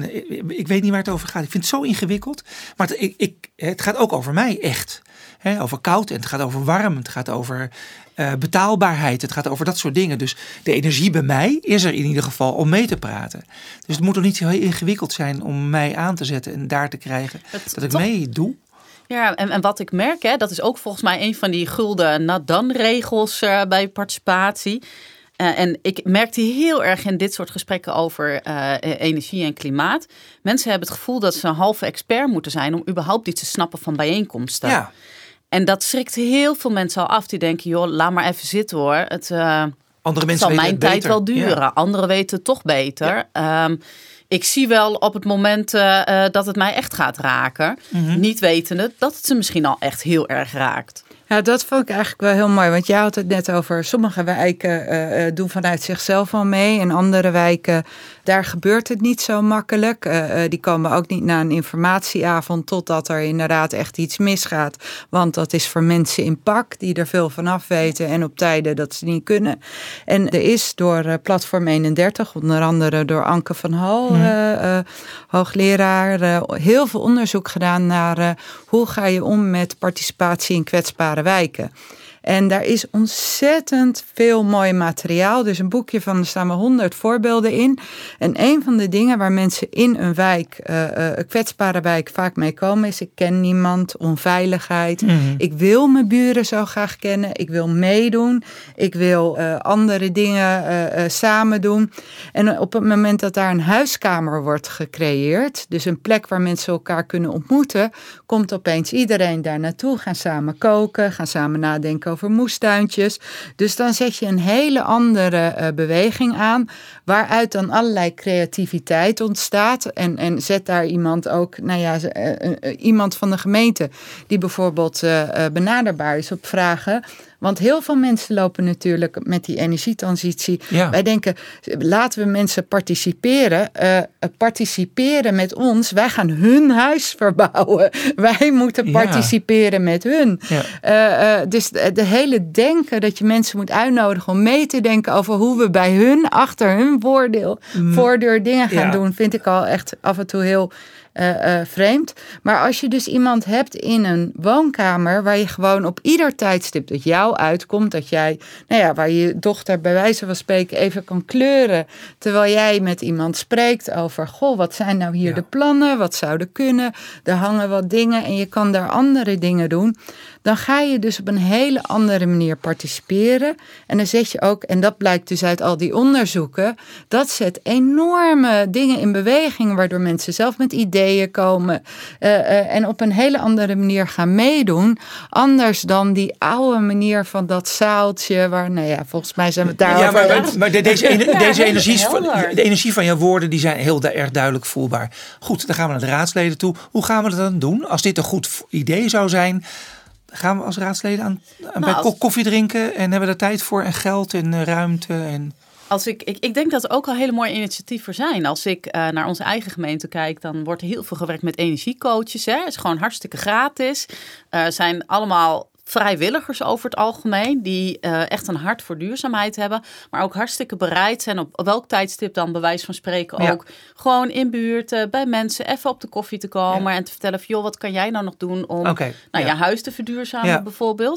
Ik weet niet waar het over gaat. Ik vind het zo ingewikkeld. Maar het, ik, ik, het gaat ook over mij, echt. He, over koud en het gaat over warm. Het gaat over uh, betaalbaarheid. Het gaat over dat soort dingen. Dus de energie bij mij is er in ieder geval om mee te praten. Dus het moet toch niet zo heel ingewikkeld zijn om mij aan te zetten en daar te krijgen het, dat ik toch mee doe. Ja, en, en wat ik merk, hè, dat is ook volgens mij een van die gulden not-done regels uh, bij participatie. Uh, en ik merkte heel erg in dit soort gesprekken over uh, energie en klimaat. Mensen hebben het gevoel dat ze een halve expert moeten zijn om überhaupt iets te snappen van bijeenkomsten. Ja. En dat schrikt heel veel mensen al af. Die denken, joh, laat maar even zitten hoor. Het, uh, Andere mensen zal mijn tijd beter. wel duren. Ja. Anderen weten het toch beter. Ja. Um, ik zie wel op het moment uh, uh, dat het mij echt gaat raken. Mm-hmm. Niet wetende dat het ze misschien al echt heel erg raakt. Ja, dat vond ik eigenlijk wel heel mooi. Want jij had het net over sommige wijken uh, doen vanuit zichzelf al mee. En andere wijken, daar gebeurt het niet zo makkelijk. Uh, uh, die komen ook niet naar een informatieavond totdat er inderdaad echt iets misgaat. Want dat is voor mensen in pak die er veel van af weten en op tijden dat ze niet kunnen. En er is door uh, Platform eenendertig, onder andere door Anke van Hal, uh, uh, hoogleraar, uh, heel veel onderzoek gedaan naar uh, hoe ga je om met participatie in kwetsbare wijken. En daar is ontzettend veel mooi materiaal. Dus een boekje van, er staan maar honderd voorbeelden in. En een van de dingen waar mensen in een wijk, uh, uh, een kwetsbare wijk, vaak mee komen is: ik ken niemand, onveiligheid. Mm-hmm. Ik wil mijn buren zo graag kennen. Ik wil meedoen. Ik wil uh, andere dingen uh, uh, samen doen. En op het moment dat daar een huiskamer wordt gecreëerd, dus een plek waar mensen elkaar kunnen ontmoeten, komt opeens iedereen daar naartoe, gaan samen koken, gaan samen nadenken over over moestuintjes. Dus dan zet je een hele andere uh, beweging aan, waaruit dan allerlei creativiteit ontstaat. En, en zet daar iemand ook, nou ja, uh, uh, iemand van de gemeente die bijvoorbeeld uh, uh, benaderbaar is op vragen. Want heel veel mensen lopen natuurlijk met die energietransitie. Ja. Wij denken, laten we mensen participeren. Uh, participeren met ons. Wij gaan hun huis verbouwen. Wij moeten participeren ja. met hun. Ja. Uh, uh, dus de, de hele denken dat je mensen moet uitnodigen om mee te denken over hoe we bij hun, achter hun voordeel, mm. voordeur dingen gaan ja. doen, vind ik al echt af en toe heel Uh, uh, vreemd. Maar als je dus iemand hebt in een woonkamer waar je gewoon op ieder tijdstip dat jou uitkomt, dat jij, nou ja, waar je dochter bij wijze van spreken even kan kleuren, terwijl jij met iemand spreekt over, goh, wat zijn nou hier ja. de plannen, wat zouden kunnen, er hangen wat dingen en je kan daar andere dingen doen, dan ga je dus op een hele andere manier participeren. En dan zet je ook, en dat blijkt dus uit al die onderzoeken, dat zet enorme dingen in beweging, waardoor mensen zelf met ideeën komen uh, uh, en op een hele andere manier gaan meedoen. Anders dan die oude manier van dat zaaltje, waar, nou ja, volgens mij zijn we het daar. Ja, maar, maar, maar de, deze, ener, deze energie, van, de energie van jouw woorden, die zijn heel erg duidelijk voelbaar. Goed, dan gaan we naar de raadsleden toe. Hoe gaan we dat dan doen? Als dit een goed idee zou zijn, gaan we als raadsleden aan, aan nou, bij als... koffie drinken en hebben we er tijd voor en geld en uh, ruimte en... Als ik, ik, ik denk dat er ook al hele mooie initiatieven zijn. Als ik uh, naar onze eigen gemeente kijk, dan wordt er heel veel gewerkt met energiecoaches. Hè. Het is gewoon hartstikke gratis. Er uh, zijn allemaal vrijwilligers over het algemeen die uh, echt een hart voor duurzaamheid hebben, maar ook hartstikke bereid zijn op welk tijdstip dan bij wijze van spreken ja. ook gewoon in buurt uh, bij mensen even op de koffie te komen ja. en te vertellen van, joh, wat kan jij nou nog doen om okay. nou, ja. je huis te verduurzamen ja. bijvoorbeeld.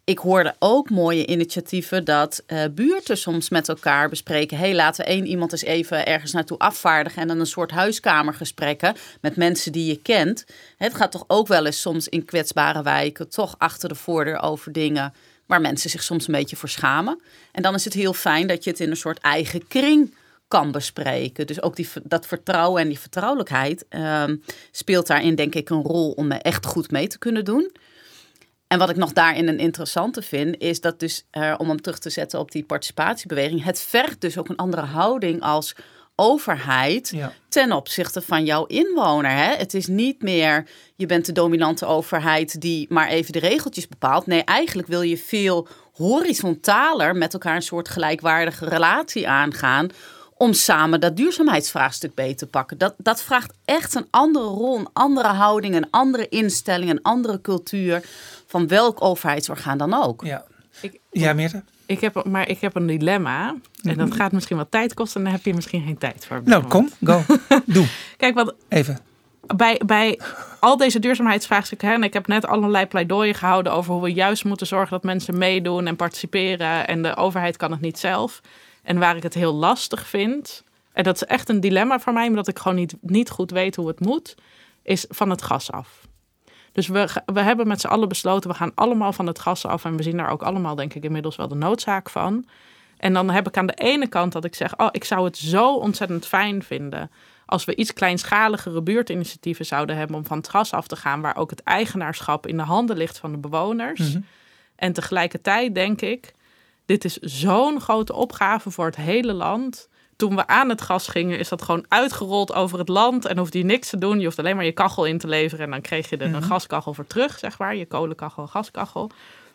Ik hoorde ook mooie initiatieven dat uh, buurten soms met elkaar bespreken. Hé, hey, laten we één iemand eens even ergens naartoe afvaardigen. En dan een soort huiskamergesprekken met mensen die je kent. Het gaat toch ook wel eens soms in kwetsbare wijken toch achter de voordeur over dingen waar mensen zich soms een beetje voor schamen. En dan is het heel fijn dat je het in een soort eigen kring kan bespreken. Dus ook die, dat vertrouwen en die vertrouwelijkheid uh, speelt daarin denk ik een rol om echt goed mee te kunnen doen. En wat ik nog daarin een interessante vind, is dat dus, uh, om hem terug te zetten op die participatiebeweging, het vergt dus ook een andere houding als overheid ja. ten opzichte van jouw inwoner. Hè? Het is niet meer, je bent de dominante overheid die maar even de regeltjes bepaalt. Nee, eigenlijk wil je veel horizontaler met elkaar een soort gelijkwaardige relatie aangaan om samen dat duurzaamheidsvraagstuk beter te pakken. Dat, dat vraagt echt een andere rol, een andere houding, een andere instelling, een andere cultuur van welk overheidsorgaan dan ook. Ja, ik, ja Meerte? Ik heb, maar ik heb een dilemma. En dat gaat misschien wat tijd kosten. En daar heb je misschien geen tijd voor. Nou, kom, go. Doe. Kijk, wat... Even. Bij, bij al deze duurzaamheidsvraagstukken, hè, en ik heb net allerlei pleidooien gehouden over hoe we juist moeten zorgen dat mensen meedoen en participeren. En de overheid kan het niet zelf. En waar ik het heel lastig vind, en dat is echt een dilemma voor mij, omdat ik gewoon niet, niet goed weet hoe het moet, is van het gas af. Dus we, we hebben met z'n allen besloten, we gaan allemaal van het gas af. En we zien daar ook allemaal, denk ik, inmiddels wel de noodzaak van. En dan heb ik aan de ene kant dat ik zeg, oh, ik zou het zo ontzettend fijn vinden als we iets kleinschaligere buurtinitiatieven zouden hebben om van het gas af te gaan, waar ook het eigenaarschap in de handen ligt van de bewoners. Mm-hmm. En tegelijkertijd denk ik, dit is zo'n grote opgave voor het hele land. Toen we aan het gas gingen, is dat gewoon uitgerold over het land. En hoefde je niks te doen. Je hoeft alleen maar je kachel in te leveren. En dan kreeg je er een mm-hmm. gaskachel voor terug, zeg maar. Je kolenkachel, gaskachel.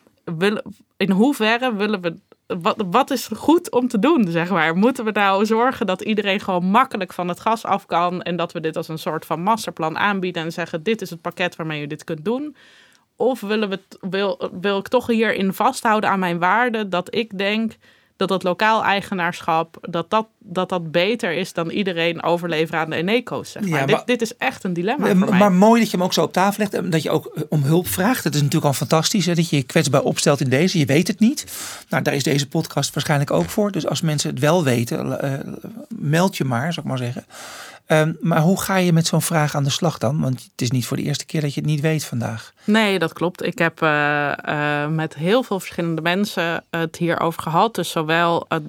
In hoeverre willen we... Wat, wat is goed om te doen, zeg maar? Moeten we nou zorgen dat iedereen gewoon makkelijk van het gas af kan en dat we dit als een soort van masterplan aanbieden en zeggen, dit is het pakket waarmee je dit kunt doen? Of willen we, wil, wil ik toch hierin vasthouden aan mijn waarde dat ik denk dat het lokaal eigenaarschap, dat dat, dat dat beter is dan iedereen overleveren aan de Eneco's, zeg maar. Ja, maar dit, dit is echt een dilemma maar, voor mij. Maar mooi dat je hem ook zo op tafel legt en dat je ook om hulp vraagt. Het is natuurlijk al fantastisch hè, dat je je kwetsbaar opstelt in deze. Je weet het niet. Nou, daar is deze podcast waarschijnlijk ook voor. Dus als mensen het wel weten, uh, meld je maar, zou ik maar zeggen. Um, maar hoe ga je met zo'n vraag aan de slag dan? Want het is niet voor de eerste keer dat je het niet weet vandaag. Nee, dat klopt. Ik heb uh, uh, met heel veel verschillende mensen het hierover gehad. Dus zowel uh,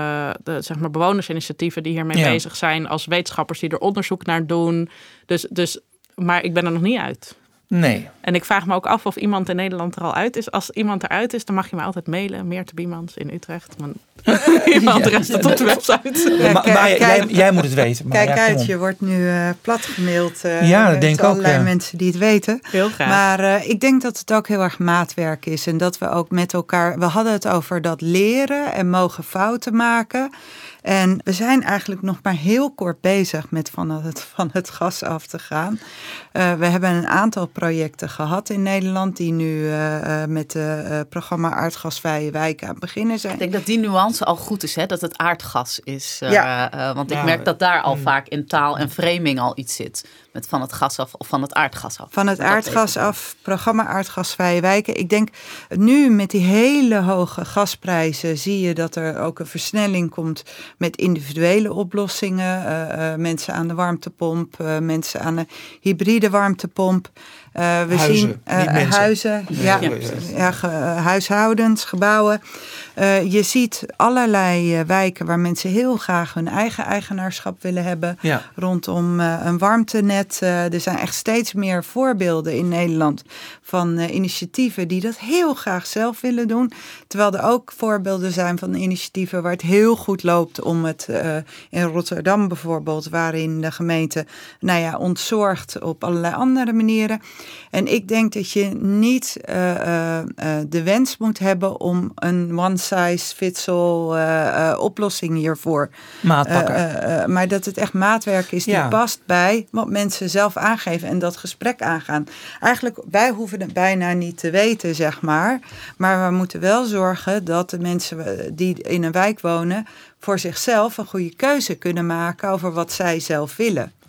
de zeg maar bewonersinitiatieven die hiermee ja. bezig zijn, als wetenschappers die er onderzoek naar doen. Dus, dus, maar ik ben er nog niet uit. Nee. En ik vraag me ook af of iemand in Nederland er al uit is. Als iemand eruit is, dan mag je me altijd mailen. Meerte Biemans in Utrecht. Mijn e-mailadres staat op de website. Ja, maar, maar jij, jij moet het weten. Maar kijk ja, uit, je wordt nu uh, platgemaild. Uh, ja, dat denk ik ook. Allerlei ja. mensen die het weten. Heel graag. Maar uh, ik denk dat het ook heel erg maatwerk is. En dat we ook met elkaar... We hadden het over dat leren en mogen fouten maken. En we zijn eigenlijk nog maar heel kort bezig met van het, van het gas af te gaan. Uh, we hebben een aantal projecten gehad in Nederland die nu uh, met het uh, programma Aardgasvrije Wijken aan het beginnen zijn. Ik denk dat die nuance al goed is, hè? Dat het aardgas is. Uh, ja. uh, want ik ja, merk dat daar al mm. vaak in taal en framing al iets zit. Met van het gas af of van het aardgas af. Van het aardgas af, programma Aardgasvrije Wijken. Ik denk nu met die hele hoge gasprijzen zie je dat er ook een versnelling komt met individuele oplossingen. Uh, uh, mensen aan de warmtepomp, uh, mensen aan de hybride warmtepomp. Uh, we huizen, zien uh, huizen, nee, ja, ja. ja, ge, uh, huishoudens, gebouwen. Uh, je ziet allerlei uh, wijken waar mensen heel graag hun eigen eigenaarschap willen hebben. Ja. Rondom uh, een warmtenet. Uh, er zijn echt steeds meer voorbeelden in Nederland van uh, initiatieven die dat heel graag zelf willen doen. Terwijl er ook voorbeelden zijn van initiatieven waar het heel goed loopt om het uh, in Rotterdam bijvoorbeeld, waarin de gemeente nou ja, ontzorgt op allerlei andere manieren. En ik denk dat je niet uh, uh, de wens moet hebben om een one-size-fits-all uh, uh, oplossing hiervoor. Maatpakken. Uh, uh, uh, maar dat het echt maatwerk is die ja. past bij wat mensen zelf aangeven en dat gesprek aangaan. Eigenlijk, wij hoeven het bijna niet te weten, zeg maar. Maar we moeten wel zorgen dat de mensen die in een wijk wonen voor zichzelf een goede keuze kunnen maken over wat zij zelf willen.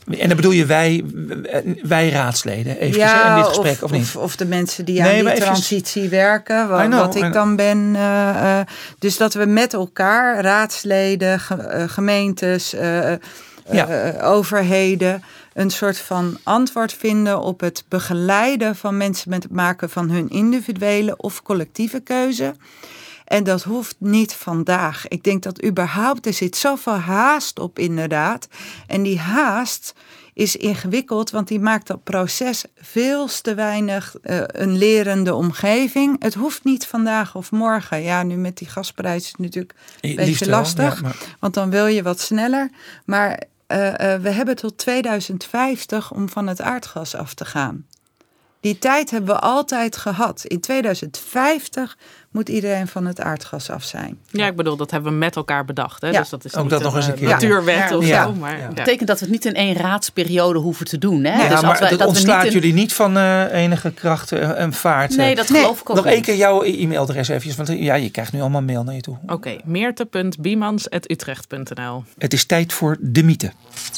En dan bedoel je wij, wij raadsleden eventjes ja, in dit gesprek, of, of niet? Of, of de mensen die nee, aan die even... transitie werken, wat, know, wat ik dan ben. Uh, uh, dus dat we met elkaar, raadsleden, ge, uh, gemeentes, uh, ja. uh, overheden, een soort van antwoord vinden op het begeleiden van mensen met het maken van hun individuele of collectieve keuze. En dat hoeft niet vandaag. Ik denk dat überhaupt, er zit zoveel haast op inderdaad. En die haast is ingewikkeld, want die maakt dat proces veel te weinig uh, een lerende omgeving. Het hoeft niet vandaag of morgen. Ja, nu met die gasprijs is het natuurlijk een Liefst beetje wel, lastig. Ja, maar... Want dan wil je wat sneller. Maar uh, uh, we hebben tot tweeduizend vijftig om van het aardgas af te gaan. Die tijd hebben we altijd gehad. In tweeduizend vijftig moet iedereen van het aardgas af zijn. Ja, ik bedoel, dat hebben we met elkaar bedacht. Hè? Ja. Dus dat is Ook niet dat nog een eens een keer. natuurwet Ja. of Ja. zo. Maar, Ja. ja. Dat betekent dat we het niet in één raadsperiode hoeven te doen. Hè? Ja, dus maar als wij, dat dat ontslaat we niet in... jullie niet van uh, enige kracht uh, en vaart. Nee, dat Nee. geloof ik ook Nog niet. één keer jouw e-mailadres eventjes, want ja, je krijgt nu allemaal mail naar je toe. Oké, okay, meerte punt biemans apenstaartje utrecht punt n l. Het is tijd voor de mythe.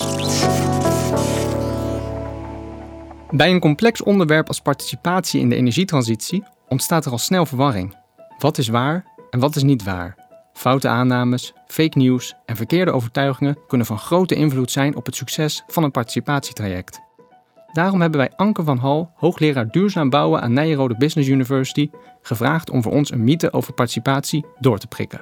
Bij een complex onderwerp als participatie in de energietransitie ontstaat er al snel verwarring. Wat is waar en wat is niet waar? Foute aannames, fake news en verkeerde overtuigingen kunnen van grote invloed zijn op het succes van een participatietraject. Daarom hebben wij Anke van Hal, hoogleraar duurzaam bouwen aan Nyenrode Business University, gevraagd om voor ons een mythe over participatie door te prikken.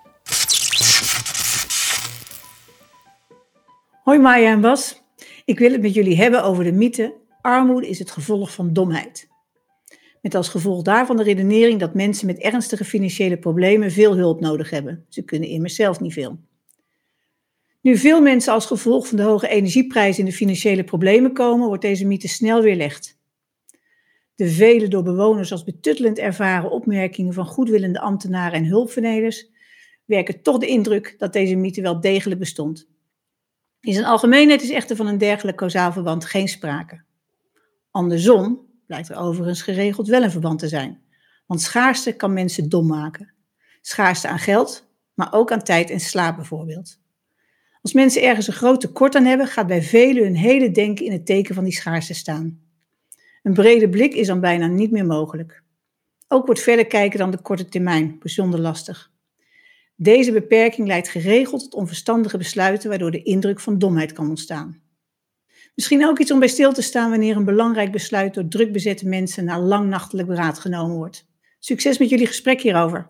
Hoi Maya en Bas, ik wil het met jullie hebben over de mythe: armoede is het gevolg van domheid. Met als gevolg daarvan de redenering dat mensen met ernstige financiële problemen veel hulp nodig hebben. Ze kunnen immers zelf niet veel. Nu veel mensen als gevolg van de hoge energieprijzen in de financiële problemen komen, wordt deze mythe snel weerlegd. De vele door bewoners als betuttelend ervaren opmerkingen van goedwillende ambtenaren en hulpverleners werken toch de indruk dat deze mythe wel degelijk bestond. In zijn algemeenheid is echter van een dergelijk kausaal verband geen sprake. Andersom blijkt er overigens geregeld wel een verband te zijn. Want schaarste kan mensen dom maken. Schaarste aan geld, maar ook aan tijd en slaap bijvoorbeeld. Als mensen ergens een groot tekort aan hebben, gaat bij velen hun hele denken in het teken van die schaarste staan. Een brede blik is dan bijna niet meer mogelijk. Ook wordt verder kijken dan de korte termijn bijzonder lastig. Deze beperking leidt geregeld tot onverstandige besluiten, waardoor de indruk van domheid kan ontstaan. Misschien ook iets om bij stil te staan wanneer een belangrijk besluit door druk bezette mensen na lang nachtelijk beraad genomen wordt. Succes met jullie gesprek hierover.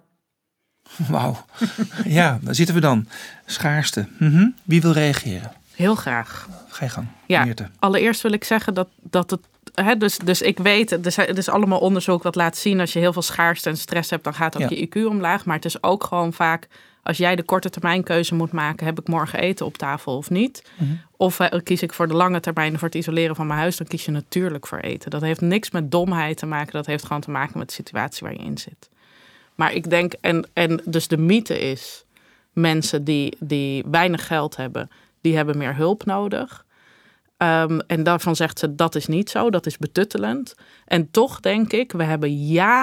Wauw. Ja, daar zitten we dan. Schaarste. Mm-hmm. Wie wil reageren? Heel graag. Ga je gang. Ja, Meerte. allereerst wil ik zeggen dat, dat het... He, dus, dus ik weet, er is, er is allemaal onderzoek wat laat zien, als je heel veel schaarste en stress hebt, dan gaat ook ja. je I Q omlaag. Maar het is ook gewoon vaak, als jij de korte termijn keuze moet maken, heb ik morgen eten op tafel of niet? Mm-hmm. Of uh, kies ik voor de lange termijn voor het isoleren van mijn huis, dan kies je natuurlijk voor eten. Dat heeft niks met domheid te maken, dat heeft gewoon te maken met de situatie waar je in zit. Maar ik denk, en, en dus de mythe is, mensen die, die weinig geld hebben, die hebben meer hulp nodig. Um, en daarvan zegt ze, dat is niet zo, dat is betuttelend. En toch denk ik, we hebben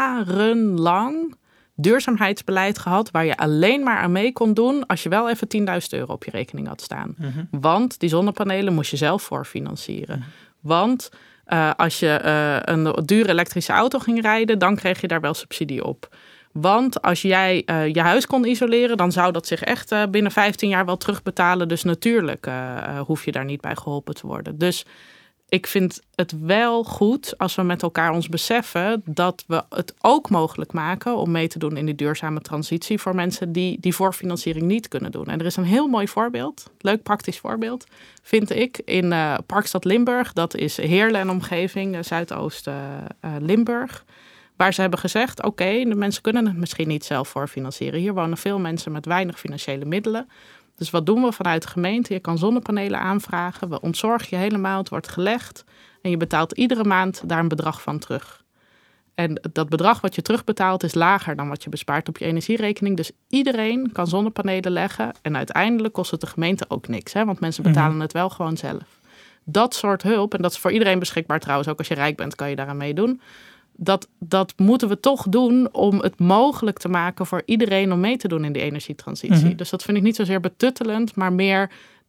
jarenlang duurzaamheidsbeleid gehad waar je alleen maar aan mee kon doen als je wel even tienduizend euro op je rekening had staan. Mm-hmm. Want die zonnepanelen moest je zelf voorfinancieren. Mm-hmm. Want uh, als je uh, een dure elektrische auto ging rijden, dan kreeg je daar wel subsidie op. Want als jij uh, je huis kon isoleren, dan zou dat zich echt uh, binnen vijftien jaar wel terugbetalen. Dus natuurlijk uh, uh, hoef je daar niet bij geholpen te worden. Dus ik vind het wel goed als we met elkaar ons beseffen dat we het ook mogelijk maken om mee te doen in die duurzame transitie voor mensen die die voorfinanciering niet kunnen doen. En er is een heel mooi voorbeeld, leuk praktisch voorbeeld, vind ik, in uh, Parkstad Limburg. Dat is Heerlen en omgeving, uh, Zuidoost uh, uh, Limburg. Waar ze hebben gezegd, oké, okay, de mensen kunnen het misschien niet zelf voorfinancieren. Hier wonen veel mensen met weinig financiële middelen. Dus wat doen we vanuit de gemeente? Je kan zonnepanelen aanvragen. We ontzorgen je helemaal, het wordt gelegd. En je betaalt iedere maand daar een bedrag van terug. En dat bedrag wat je terugbetaalt is lager dan wat je bespaart op je energierekening. Dus iedereen kan zonnepanelen leggen. En uiteindelijk kost het de gemeente ook niks. Hè? Want mensen betalen mm-hmm. het wel gewoon zelf. Dat soort hulp, en dat is voor iedereen beschikbaar trouwens. Ook als je rijk bent kan je daaraan meedoen. Dat, dat moeten we toch doen om het mogelijk te maken voor iedereen om mee te doen in die energietransitie. Mm-hmm. Dus dat vind ik niet zozeer betuttelend, maar meer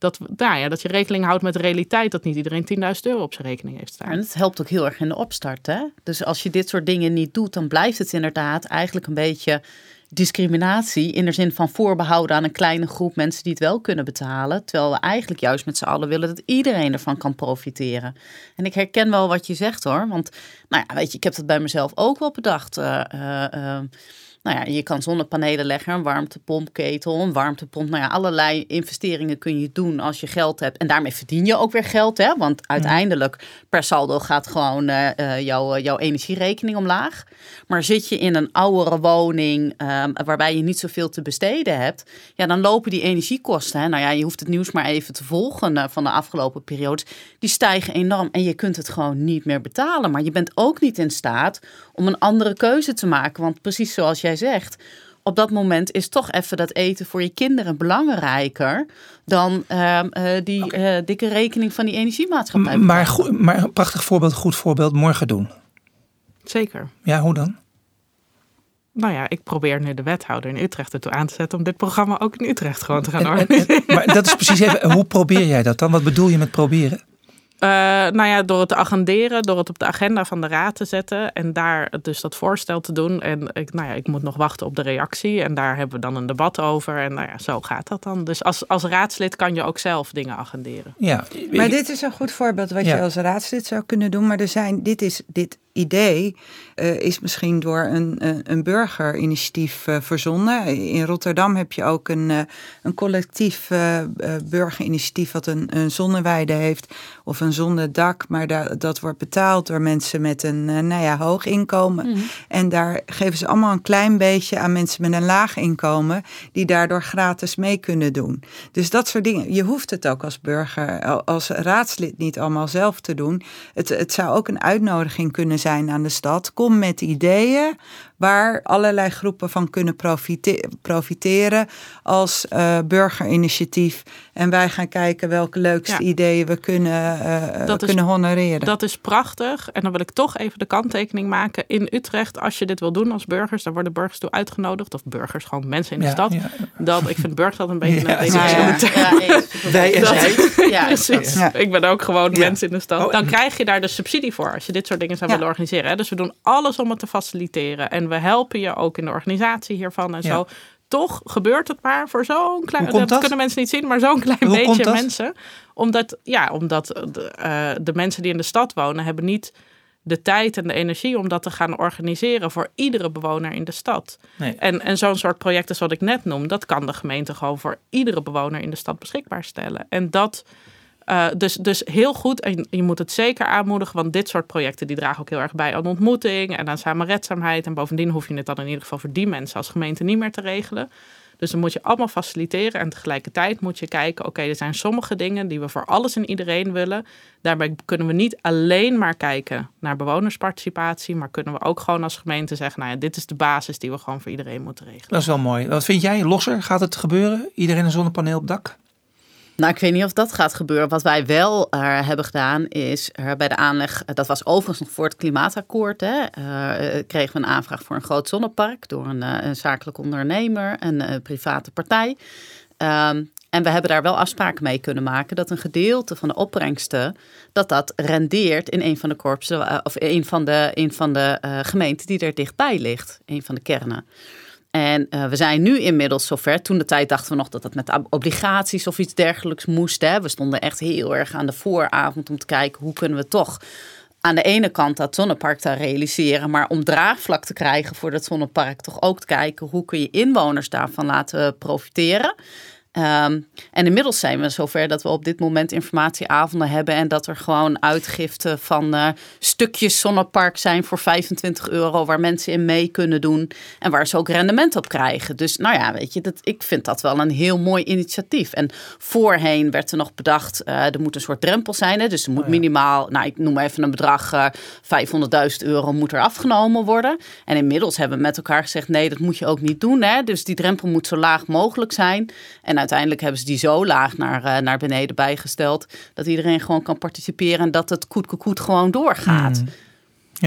Dat, nou ja, dat je rekening houdt met de realiteit dat niet iedereen tienduizend euro op zijn rekening heeft staan. En het helpt ook heel erg in de opstart. Hè? Dus als je dit soort dingen niet doet, dan blijft het inderdaad eigenlijk een beetje discriminatie in de zin van voorbehouden aan een kleine groep mensen die het wel kunnen betalen. Terwijl we eigenlijk juist met z'n allen willen dat iedereen ervan kan profiteren. En ik herken wel wat je zegt hoor. Want nou ja, weet je, ik heb dat bij mezelf ook wel bedacht. Uh, uh, uh, Nou ja, je kan zonnepanelen leggen, een warmtepompketel, een warmtepomp. Nou ja, allerlei investeringen kun je doen als je geld hebt. En daarmee verdien je ook weer geld, hè? Want uiteindelijk per saldo gaat gewoon uh, uh, jouw, jouw energierekening omlaag. Maar zit je in een oudere woning uh, waarbij je niet zoveel te besteden hebt, ja, dan lopen die energiekosten. Hè? Nou ja, je hoeft het nieuws maar even te volgen uh, van de afgelopen periodes. Die stijgen enorm en je kunt het gewoon niet meer betalen. Maar je bent ook niet in staat om een andere keuze te maken. Want precies zoals jij zegt, op dat moment is toch even dat eten voor je kinderen belangrijker dan uh, uh, die okay. uh, dikke rekening van die energiemaatschappij. Maar, go- maar een prachtig voorbeeld, goed voorbeeld, morgen doen. Zeker. Ja, hoe dan? Nou ja, ik probeer nu de wethouder in Utrecht ertoe aan te zetten om dit programma ook in Utrecht gewoon te gaan organiseren. Maar dat is precies even, hoe probeer jij dat dan? Wat bedoel je met proberen? Uh, nou ja, door het te agenderen, door het op de agenda van de raad te zetten en daar dus dat voorstel te doen. En ik, nou ja, ik moet nog wachten op de reactie en daar hebben we dan een debat over. En nou ja, zo gaat dat dan. Dus als, als raadslid kan je ook zelf dingen agenderen. Ja. Maar dit is een goed voorbeeld wat ja. je als raadslid zou kunnen doen. Maar er zijn, dit is dit idee uh, is misschien door een, uh, een burgerinitiatief uh, verzonnen. In Rotterdam heb je ook een, uh, een collectief uh, uh, burgerinitiatief wat een, een zonneweide heeft of een zonnedak. Maar da- dat wordt betaald door mensen met een uh, nou ja, hoog inkomen. Mm-hmm. En daar geven ze allemaal een klein beetje aan mensen met een laag inkomen die daardoor gratis mee kunnen doen. Dus dat soort dingen. Je hoeft het ook als burger, als raadslid niet allemaal zelf te doen. Het, het zou ook een uitnodiging kunnen zijn aan de stad. Kom met ideeën waar allerlei groepen van kunnen profite- profiteren als uh, burgerinitiatief. En wij gaan kijken welke leukste ja. ideeën we kunnen, uh, dat kunnen is, honoreren. Dat is prachtig. En dan wil ik toch even de kanttekening maken. In Utrecht, als je dit wil doen als burgers, daar worden burgers toe uitgenodigd. Of burgers, gewoon mensen in de ja, stad. Ja. Dat, ik vind burgers dat een beetje ja, een beetje... Ja, ja. Ja, ja, wij en zij. Ja, precies. Ja. Ik ben ook gewoon ja. mensen in de stad. Dan krijg je daar de subsidie voor als je dit soort dingen zou ja. willen organiseren. Hè? Dus we doen alles om het te faciliteren. En we helpen je ook in de organisatie hiervan en ja. zo. Toch gebeurt het maar voor zo'n klein... Dat, dat kunnen mensen niet zien, maar zo'n klein Hoe beetje mensen. Omdat, ja, omdat de, uh, de mensen die in de stad wonen hebben niet de tijd en de energie om dat te gaan organiseren voor iedere bewoner in de stad. Nee. En, en zo'n soort projecten zoals ik net noem, dat kan de gemeente gewoon voor iedere bewoner in de stad beschikbaar stellen. En dat... Uh, dus, dus heel goed, en je moet het zeker aanmoedigen, want dit soort projecten die dragen ook heel erg bij aan ontmoeting en aan samenredzaamheid. En bovendien hoef je het dan in ieder geval voor die mensen als gemeente niet meer te regelen. Dus dan moet je allemaal faciliteren en tegelijkertijd moet je kijken, oké, okay, er zijn sommige dingen die we voor alles en iedereen willen. Daarbij kunnen we niet alleen maar kijken naar bewonersparticipatie, maar kunnen we ook gewoon als gemeente zeggen, nou ja, dit is de basis die we gewoon voor iedereen moeten regelen. Dat is wel mooi. Wat vind jij, losser? Gaat het gebeuren? Iedereen een zonnepaneel op dak? Nou, ik weet niet of dat gaat gebeuren. Wat wij wel uh, hebben gedaan is uh, bij de aanleg, uh, dat was overigens nog voor het klimaatakkoord, hè, uh, kregen we een aanvraag voor een groot zonnepark door een, uh, een zakelijk ondernemer, een uh, private partij. Um, en we hebben daar wel afspraken mee kunnen maken dat een gedeelte van de opbrengsten, dat dat rendeert in een van de korpsen, uh, of een van de, een van de uh, gemeenten die er dichtbij ligt, een van de kernen. En uh, we zijn nu inmiddels zover. Toen de tijd dachten we nog dat het met obligaties of iets dergelijks moest. Hè. We stonden echt heel erg aan de vooravond om te kijken hoe kunnen we toch aan de ene kant dat zonnepark daar realiseren. Maar om draagvlak te krijgen voor dat zonnepark toch ook te kijken hoe kun je inwoners daarvan laten profiteren. Um, en inmiddels zijn we zover dat we op dit moment informatieavonden hebben en dat er gewoon uitgiften van uh, stukjes zonnepark zijn voor vijfentwintig euro waar mensen in mee kunnen doen en waar ze ook rendement op krijgen. Dus nou ja, weet je, dat, ik vind dat wel een heel mooi initiatief. En voorheen werd er nog bedacht, uh, er moet een soort drempel zijn. Hè? Dus er moet oh ja. minimaal, nou ik noem even een bedrag, uh, vijfhonderdduizend euro moet er afgenomen worden. En inmiddels hebben we met elkaar gezegd, nee, dat moet je ook niet doen. Hè? Dus die drempel moet zo laag mogelijk zijn. En uiteindelijk hebben ze die zo laag naar, uh, naar beneden bijgesteld dat iedereen gewoon kan participeren en dat het koet koet koet gewoon doorgaat. Mm. Ja.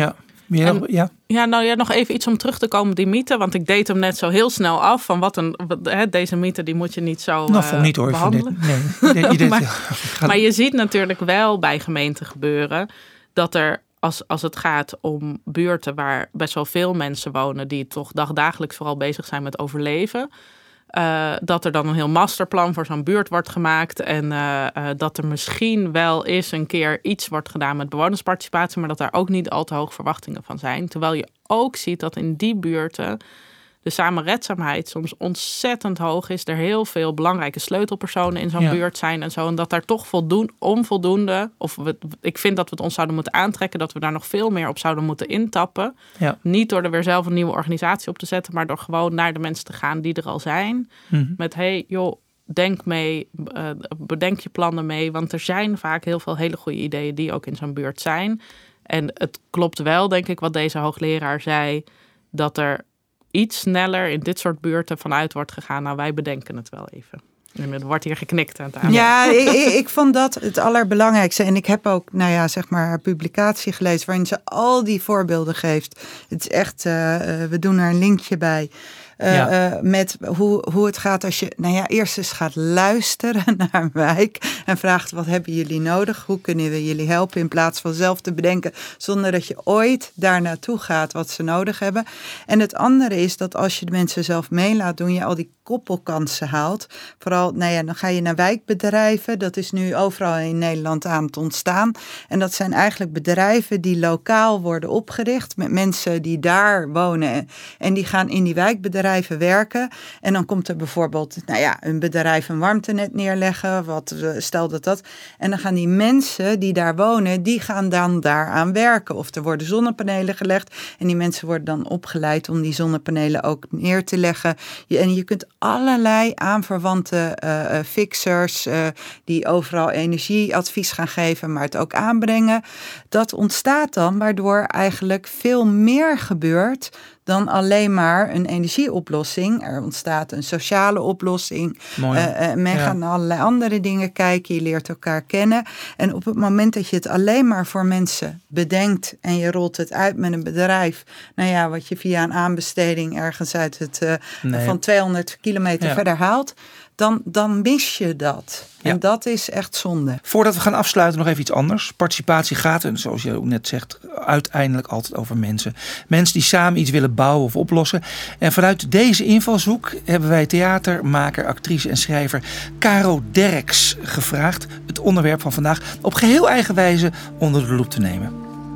Meer En, nog, ja? Ja, nou ja, nog even iets om terug te komen, die mythe. Want ik deed hem net zo heel snel af. Van wat een, wat, hè, deze mythe, die moet je niet zo Nou, uh, niet hoor. behandelen. Dit, nee, je deed, maar, ja, maar je ziet natuurlijk wel bij gemeenten gebeuren dat er, als, als het gaat om buurten waar best wel veel mensen wonen, die toch dagdagelijks vooral bezig zijn met overleven, Uh, dat er dan een heel masterplan voor zo'n buurt wordt gemaakt. En uh, uh, dat er misschien wel eens een keer iets wordt gedaan met bewonersparticipatie, maar dat daar ook niet al te hoog verwachtingen van zijn. Terwijl je ook ziet dat in die buurten de samenredzaamheid soms ontzettend hoog is. Er heel veel belangrijke sleutelpersonen in zo'n ja. buurt zijn en zo. En dat daar toch voldoen, onvoldoende, of we, ik vind dat we het ons zouden moeten aantrekken, dat we daar nog veel meer op zouden moeten intappen. Ja. Niet door er weer zelf een nieuwe organisatie op te zetten, maar door gewoon naar de mensen te gaan die er al zijn. Mm-hmm. Met, hey, joh, denk mee, uh, bedenk je plannen mee. Want er zijn vaak heel veel hele goede ideeën die ook in zo'n buurt zijn. En het klopt wel, denk ik, wat deze hoogleraar zei, dat er iets sneller in dit soort buurten vanuit wordt gegaan. Nou, wij bedenken het wel even. En er wordt hier geknikt aan tafel. Ja, ik, ik vond dat het allerbelangrijkste. En ik heb ook, nou ja, zeg maar, haar publicatie gelezen waarin ze al die voorbeelden geeft. Het is echt, uh, we doen er een linkje bij. Uh, ja. uh, met hoe, hoe het gaat als je, nou ja, eerst eens gaat luisteren naar een wijk en vraagt, wat hebben jullie nodig? Hoe kunnen we jullie helpen? In plaats van zelf te bedenken, zonder dat je ooit daar naartoe gaat wat ze nodig hebben. En het andere is dat als je de mensen zelf mee laat doen, je al die koppelkansen haalt. Vooral, nou ja, dan ga je naar wijkbedrijven. Dat is nu overal in Nederland aan het ontstaan. En dat zijn eigenlijk bedrijven die lokaal worden opgericht met mensen die daar wonen. En die gaan in die wijkbedrijven werken. En dan komt er bijvoorbeeld, nou ja, een bedrijf een warmtenet neerleggen. Wat, stel dat dat. En dan gaan die mensen die daar wonen, die gaan dan daaraan werken. Of er worden zonnepanelen gelegd. En die mensen worden dan opgeleid om die zonnepanelen ook neer te leggen. En je kunt allerlei aanverwante uh, fixers uh, die overal energieadvies gaan geven, maar het ook aanbrengen. Dat ontstaat dan, waardoor eigenlijk veel meer gebeurt dan alleen maar een energieoplossing. Er ontstaat een sociale oplossing. Mooi. Uh, uh, men ja. gaat naar allerlei andere dingen kijken. Je leert elkaar kennen. En op het moment dat je het alleen maar voor mensen bedenkt en je rolt het uit met een bedrijf, nou ja, wat je via een aanbesteding ergens uit het uh, nee. van tweehonderd kilometer ja. verder haalt, dan, dan mis je dat. En ja. dat is echt zonde. Voordat we gaan afsluiten nog even iets anders. Participatie gaat, en zoals je ook net zegt, uiteindelijk altijd over mensen. Mensen die samen iets willen bouwen of oplossen. En vanuit deze invalshoek hebben wij theatermaker, actrice en schrijver Caro Derks gevraagd het onderwerp van vandaag op geheel eigen wijze onder de loep te nemen.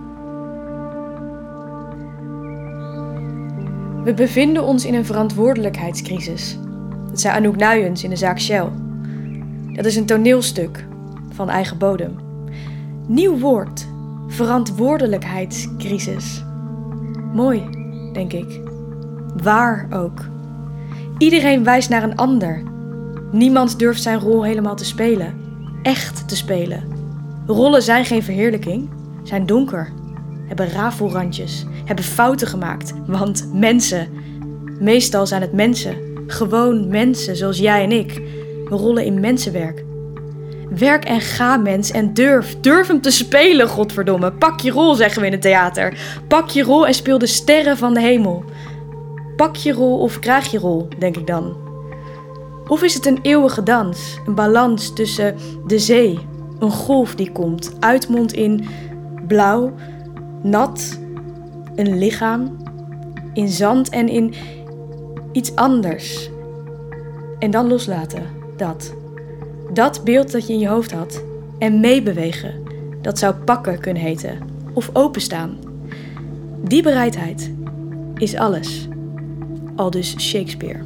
We bevinden ons in een verantwoordelijkheidscrisis. Dat zei Anouk Nuyens in de zaak Shell. Dat is een toneelstuk van eigen bodem. Nieuw woord. Verantwoordelijkheidscrisis. Mooi, denk ik. Waar ook. Iedereen wijst naar een ander. Niemand durft zijn rol helemaal te spelen. Echt te spelen. Rollen zijn geen verheerlijking. Zijn donker. Hebben rafelrandjes. Hebben fouten gemaakt. Want mensen. Meestal zijn het mensen. Gewoon mensen zoals jij en ik. We rollen in mensenwerk. Werk en ga, mens, en durf. Durf hem te spelen, godverdomme. Pak je rol, zeggen we in het theater. Pak je rol en speel de sterren van de hemel. Pak je rol of krijg je rol, denk ik dan. Of is het een eeuwige dans? Een balans tussen de zee, een golf die komt, uitmondt in blauw, nat, een lichaam, in zand en in iets anders. En dan loslaten, dat. Dat beeld dat je in je hoofd had. En meebewegen. Dat zou pakken kunnen heten. Of openstaan. Die bereidheid is alles. Aldus Shakespeare.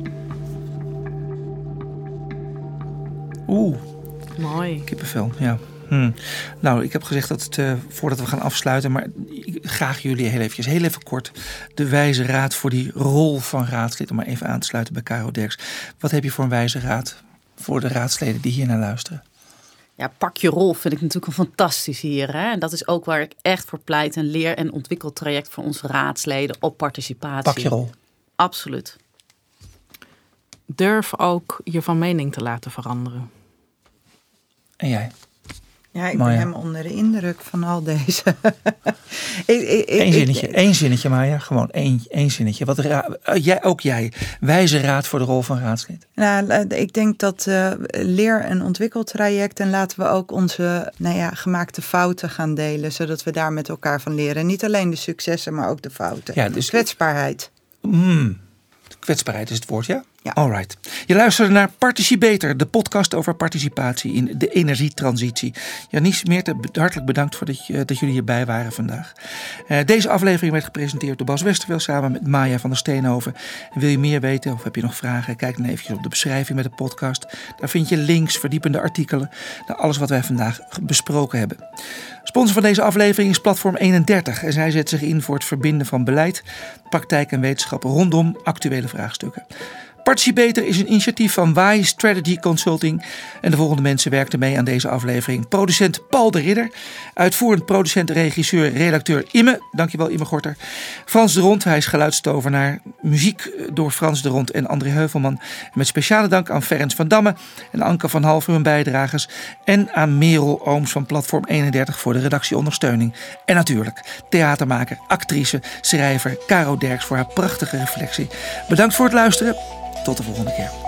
Oeh. Mooi. Kippenvel, ja. Hm. Nou, ik heb gezegd dat het, uh, voordat we gaan afsluiten, maar ik, graag jullie heel eventjes, heel even kort, de wijze raad voor die rol van raadslid, om maar even aan te sluiten bij Caro Derks. Wat heb je voor een wijze raad voor de raadsleden die hier naar luisteren? Ja, pak je rol vind ik natuurlijk een fantastisch hier. Hè? En dat is ook waar ik echt voor pleit, een leer- en ontwikkeltraject voor onze raadsleden op participatie. Pak je rol. Absoluut. Durf ook je van mening te laten veranderen. En jij? Ja, ik Maya. ben helemaal onder de indruk van al deze. ik, ik, Eén zinnetje, ik, één zinnetje, Maya. Gewoon één, één zinnetje. Wat ra- uh, jij, ook jij, wijze raad voor de rol van raadslid. Nou, ik denk dat uh, leer- en ontwikkeltraject en laten we ook onze nou ja, gemaakte fouten gaan delen, zodat we daar met elkaar van leren. Niet alleen de successen, maar ook de fouten. Ja, dus, kwetsbaarheid. Mm, kwetsbaarheid is het woord, ja? Ja. Alright. Je luisterde naar Participeter, de podcast over participatie in de energietransitie. Janice, Meerte, hartelijk bedankt voor dat, je, dat jullie hierbij waren vandaag. Uh, deze aflevering werd gepresenteerd door Bas Westerwel samen met Maya van der Steenhoven. En wil je meer weten of heb je nog vragen? Kijk dan eventjes op de beschrijving met de podcast. Daar vind je links, verdiepende artikelen naar alles wat wij vandaag besproken hebben. Sponsor van deze aflevering is Platform eenendertig en zij zet zich in voor het verbinden van beleid, praktijk en wetenschap rondom actuele vraagstukken. Participeter is een initiatief van W A I Strategy Consulting. En de volgende mensen werkten mee aan deze aflevering. Producent Paul de Ridder. Uitvoerend producent, regisseur, redacteur Imme. Dankjewel Imme Gorter. Frans de Rond, hij is geluidstovenaar. Muziek door Frans de Rond en André Heuvelman. En met speciale dank aan Ferenc van Damme en Anke van Hal voor hun bijdrages. En aan Merel Ooms van Platform eenendertig voor de redactieondersteuning. En natuurlijk theatermaker, actrice, schrijver Caro Derks voor haar prachtige reflectie. Bedankt voor het luisteren. Tot de volgende keer.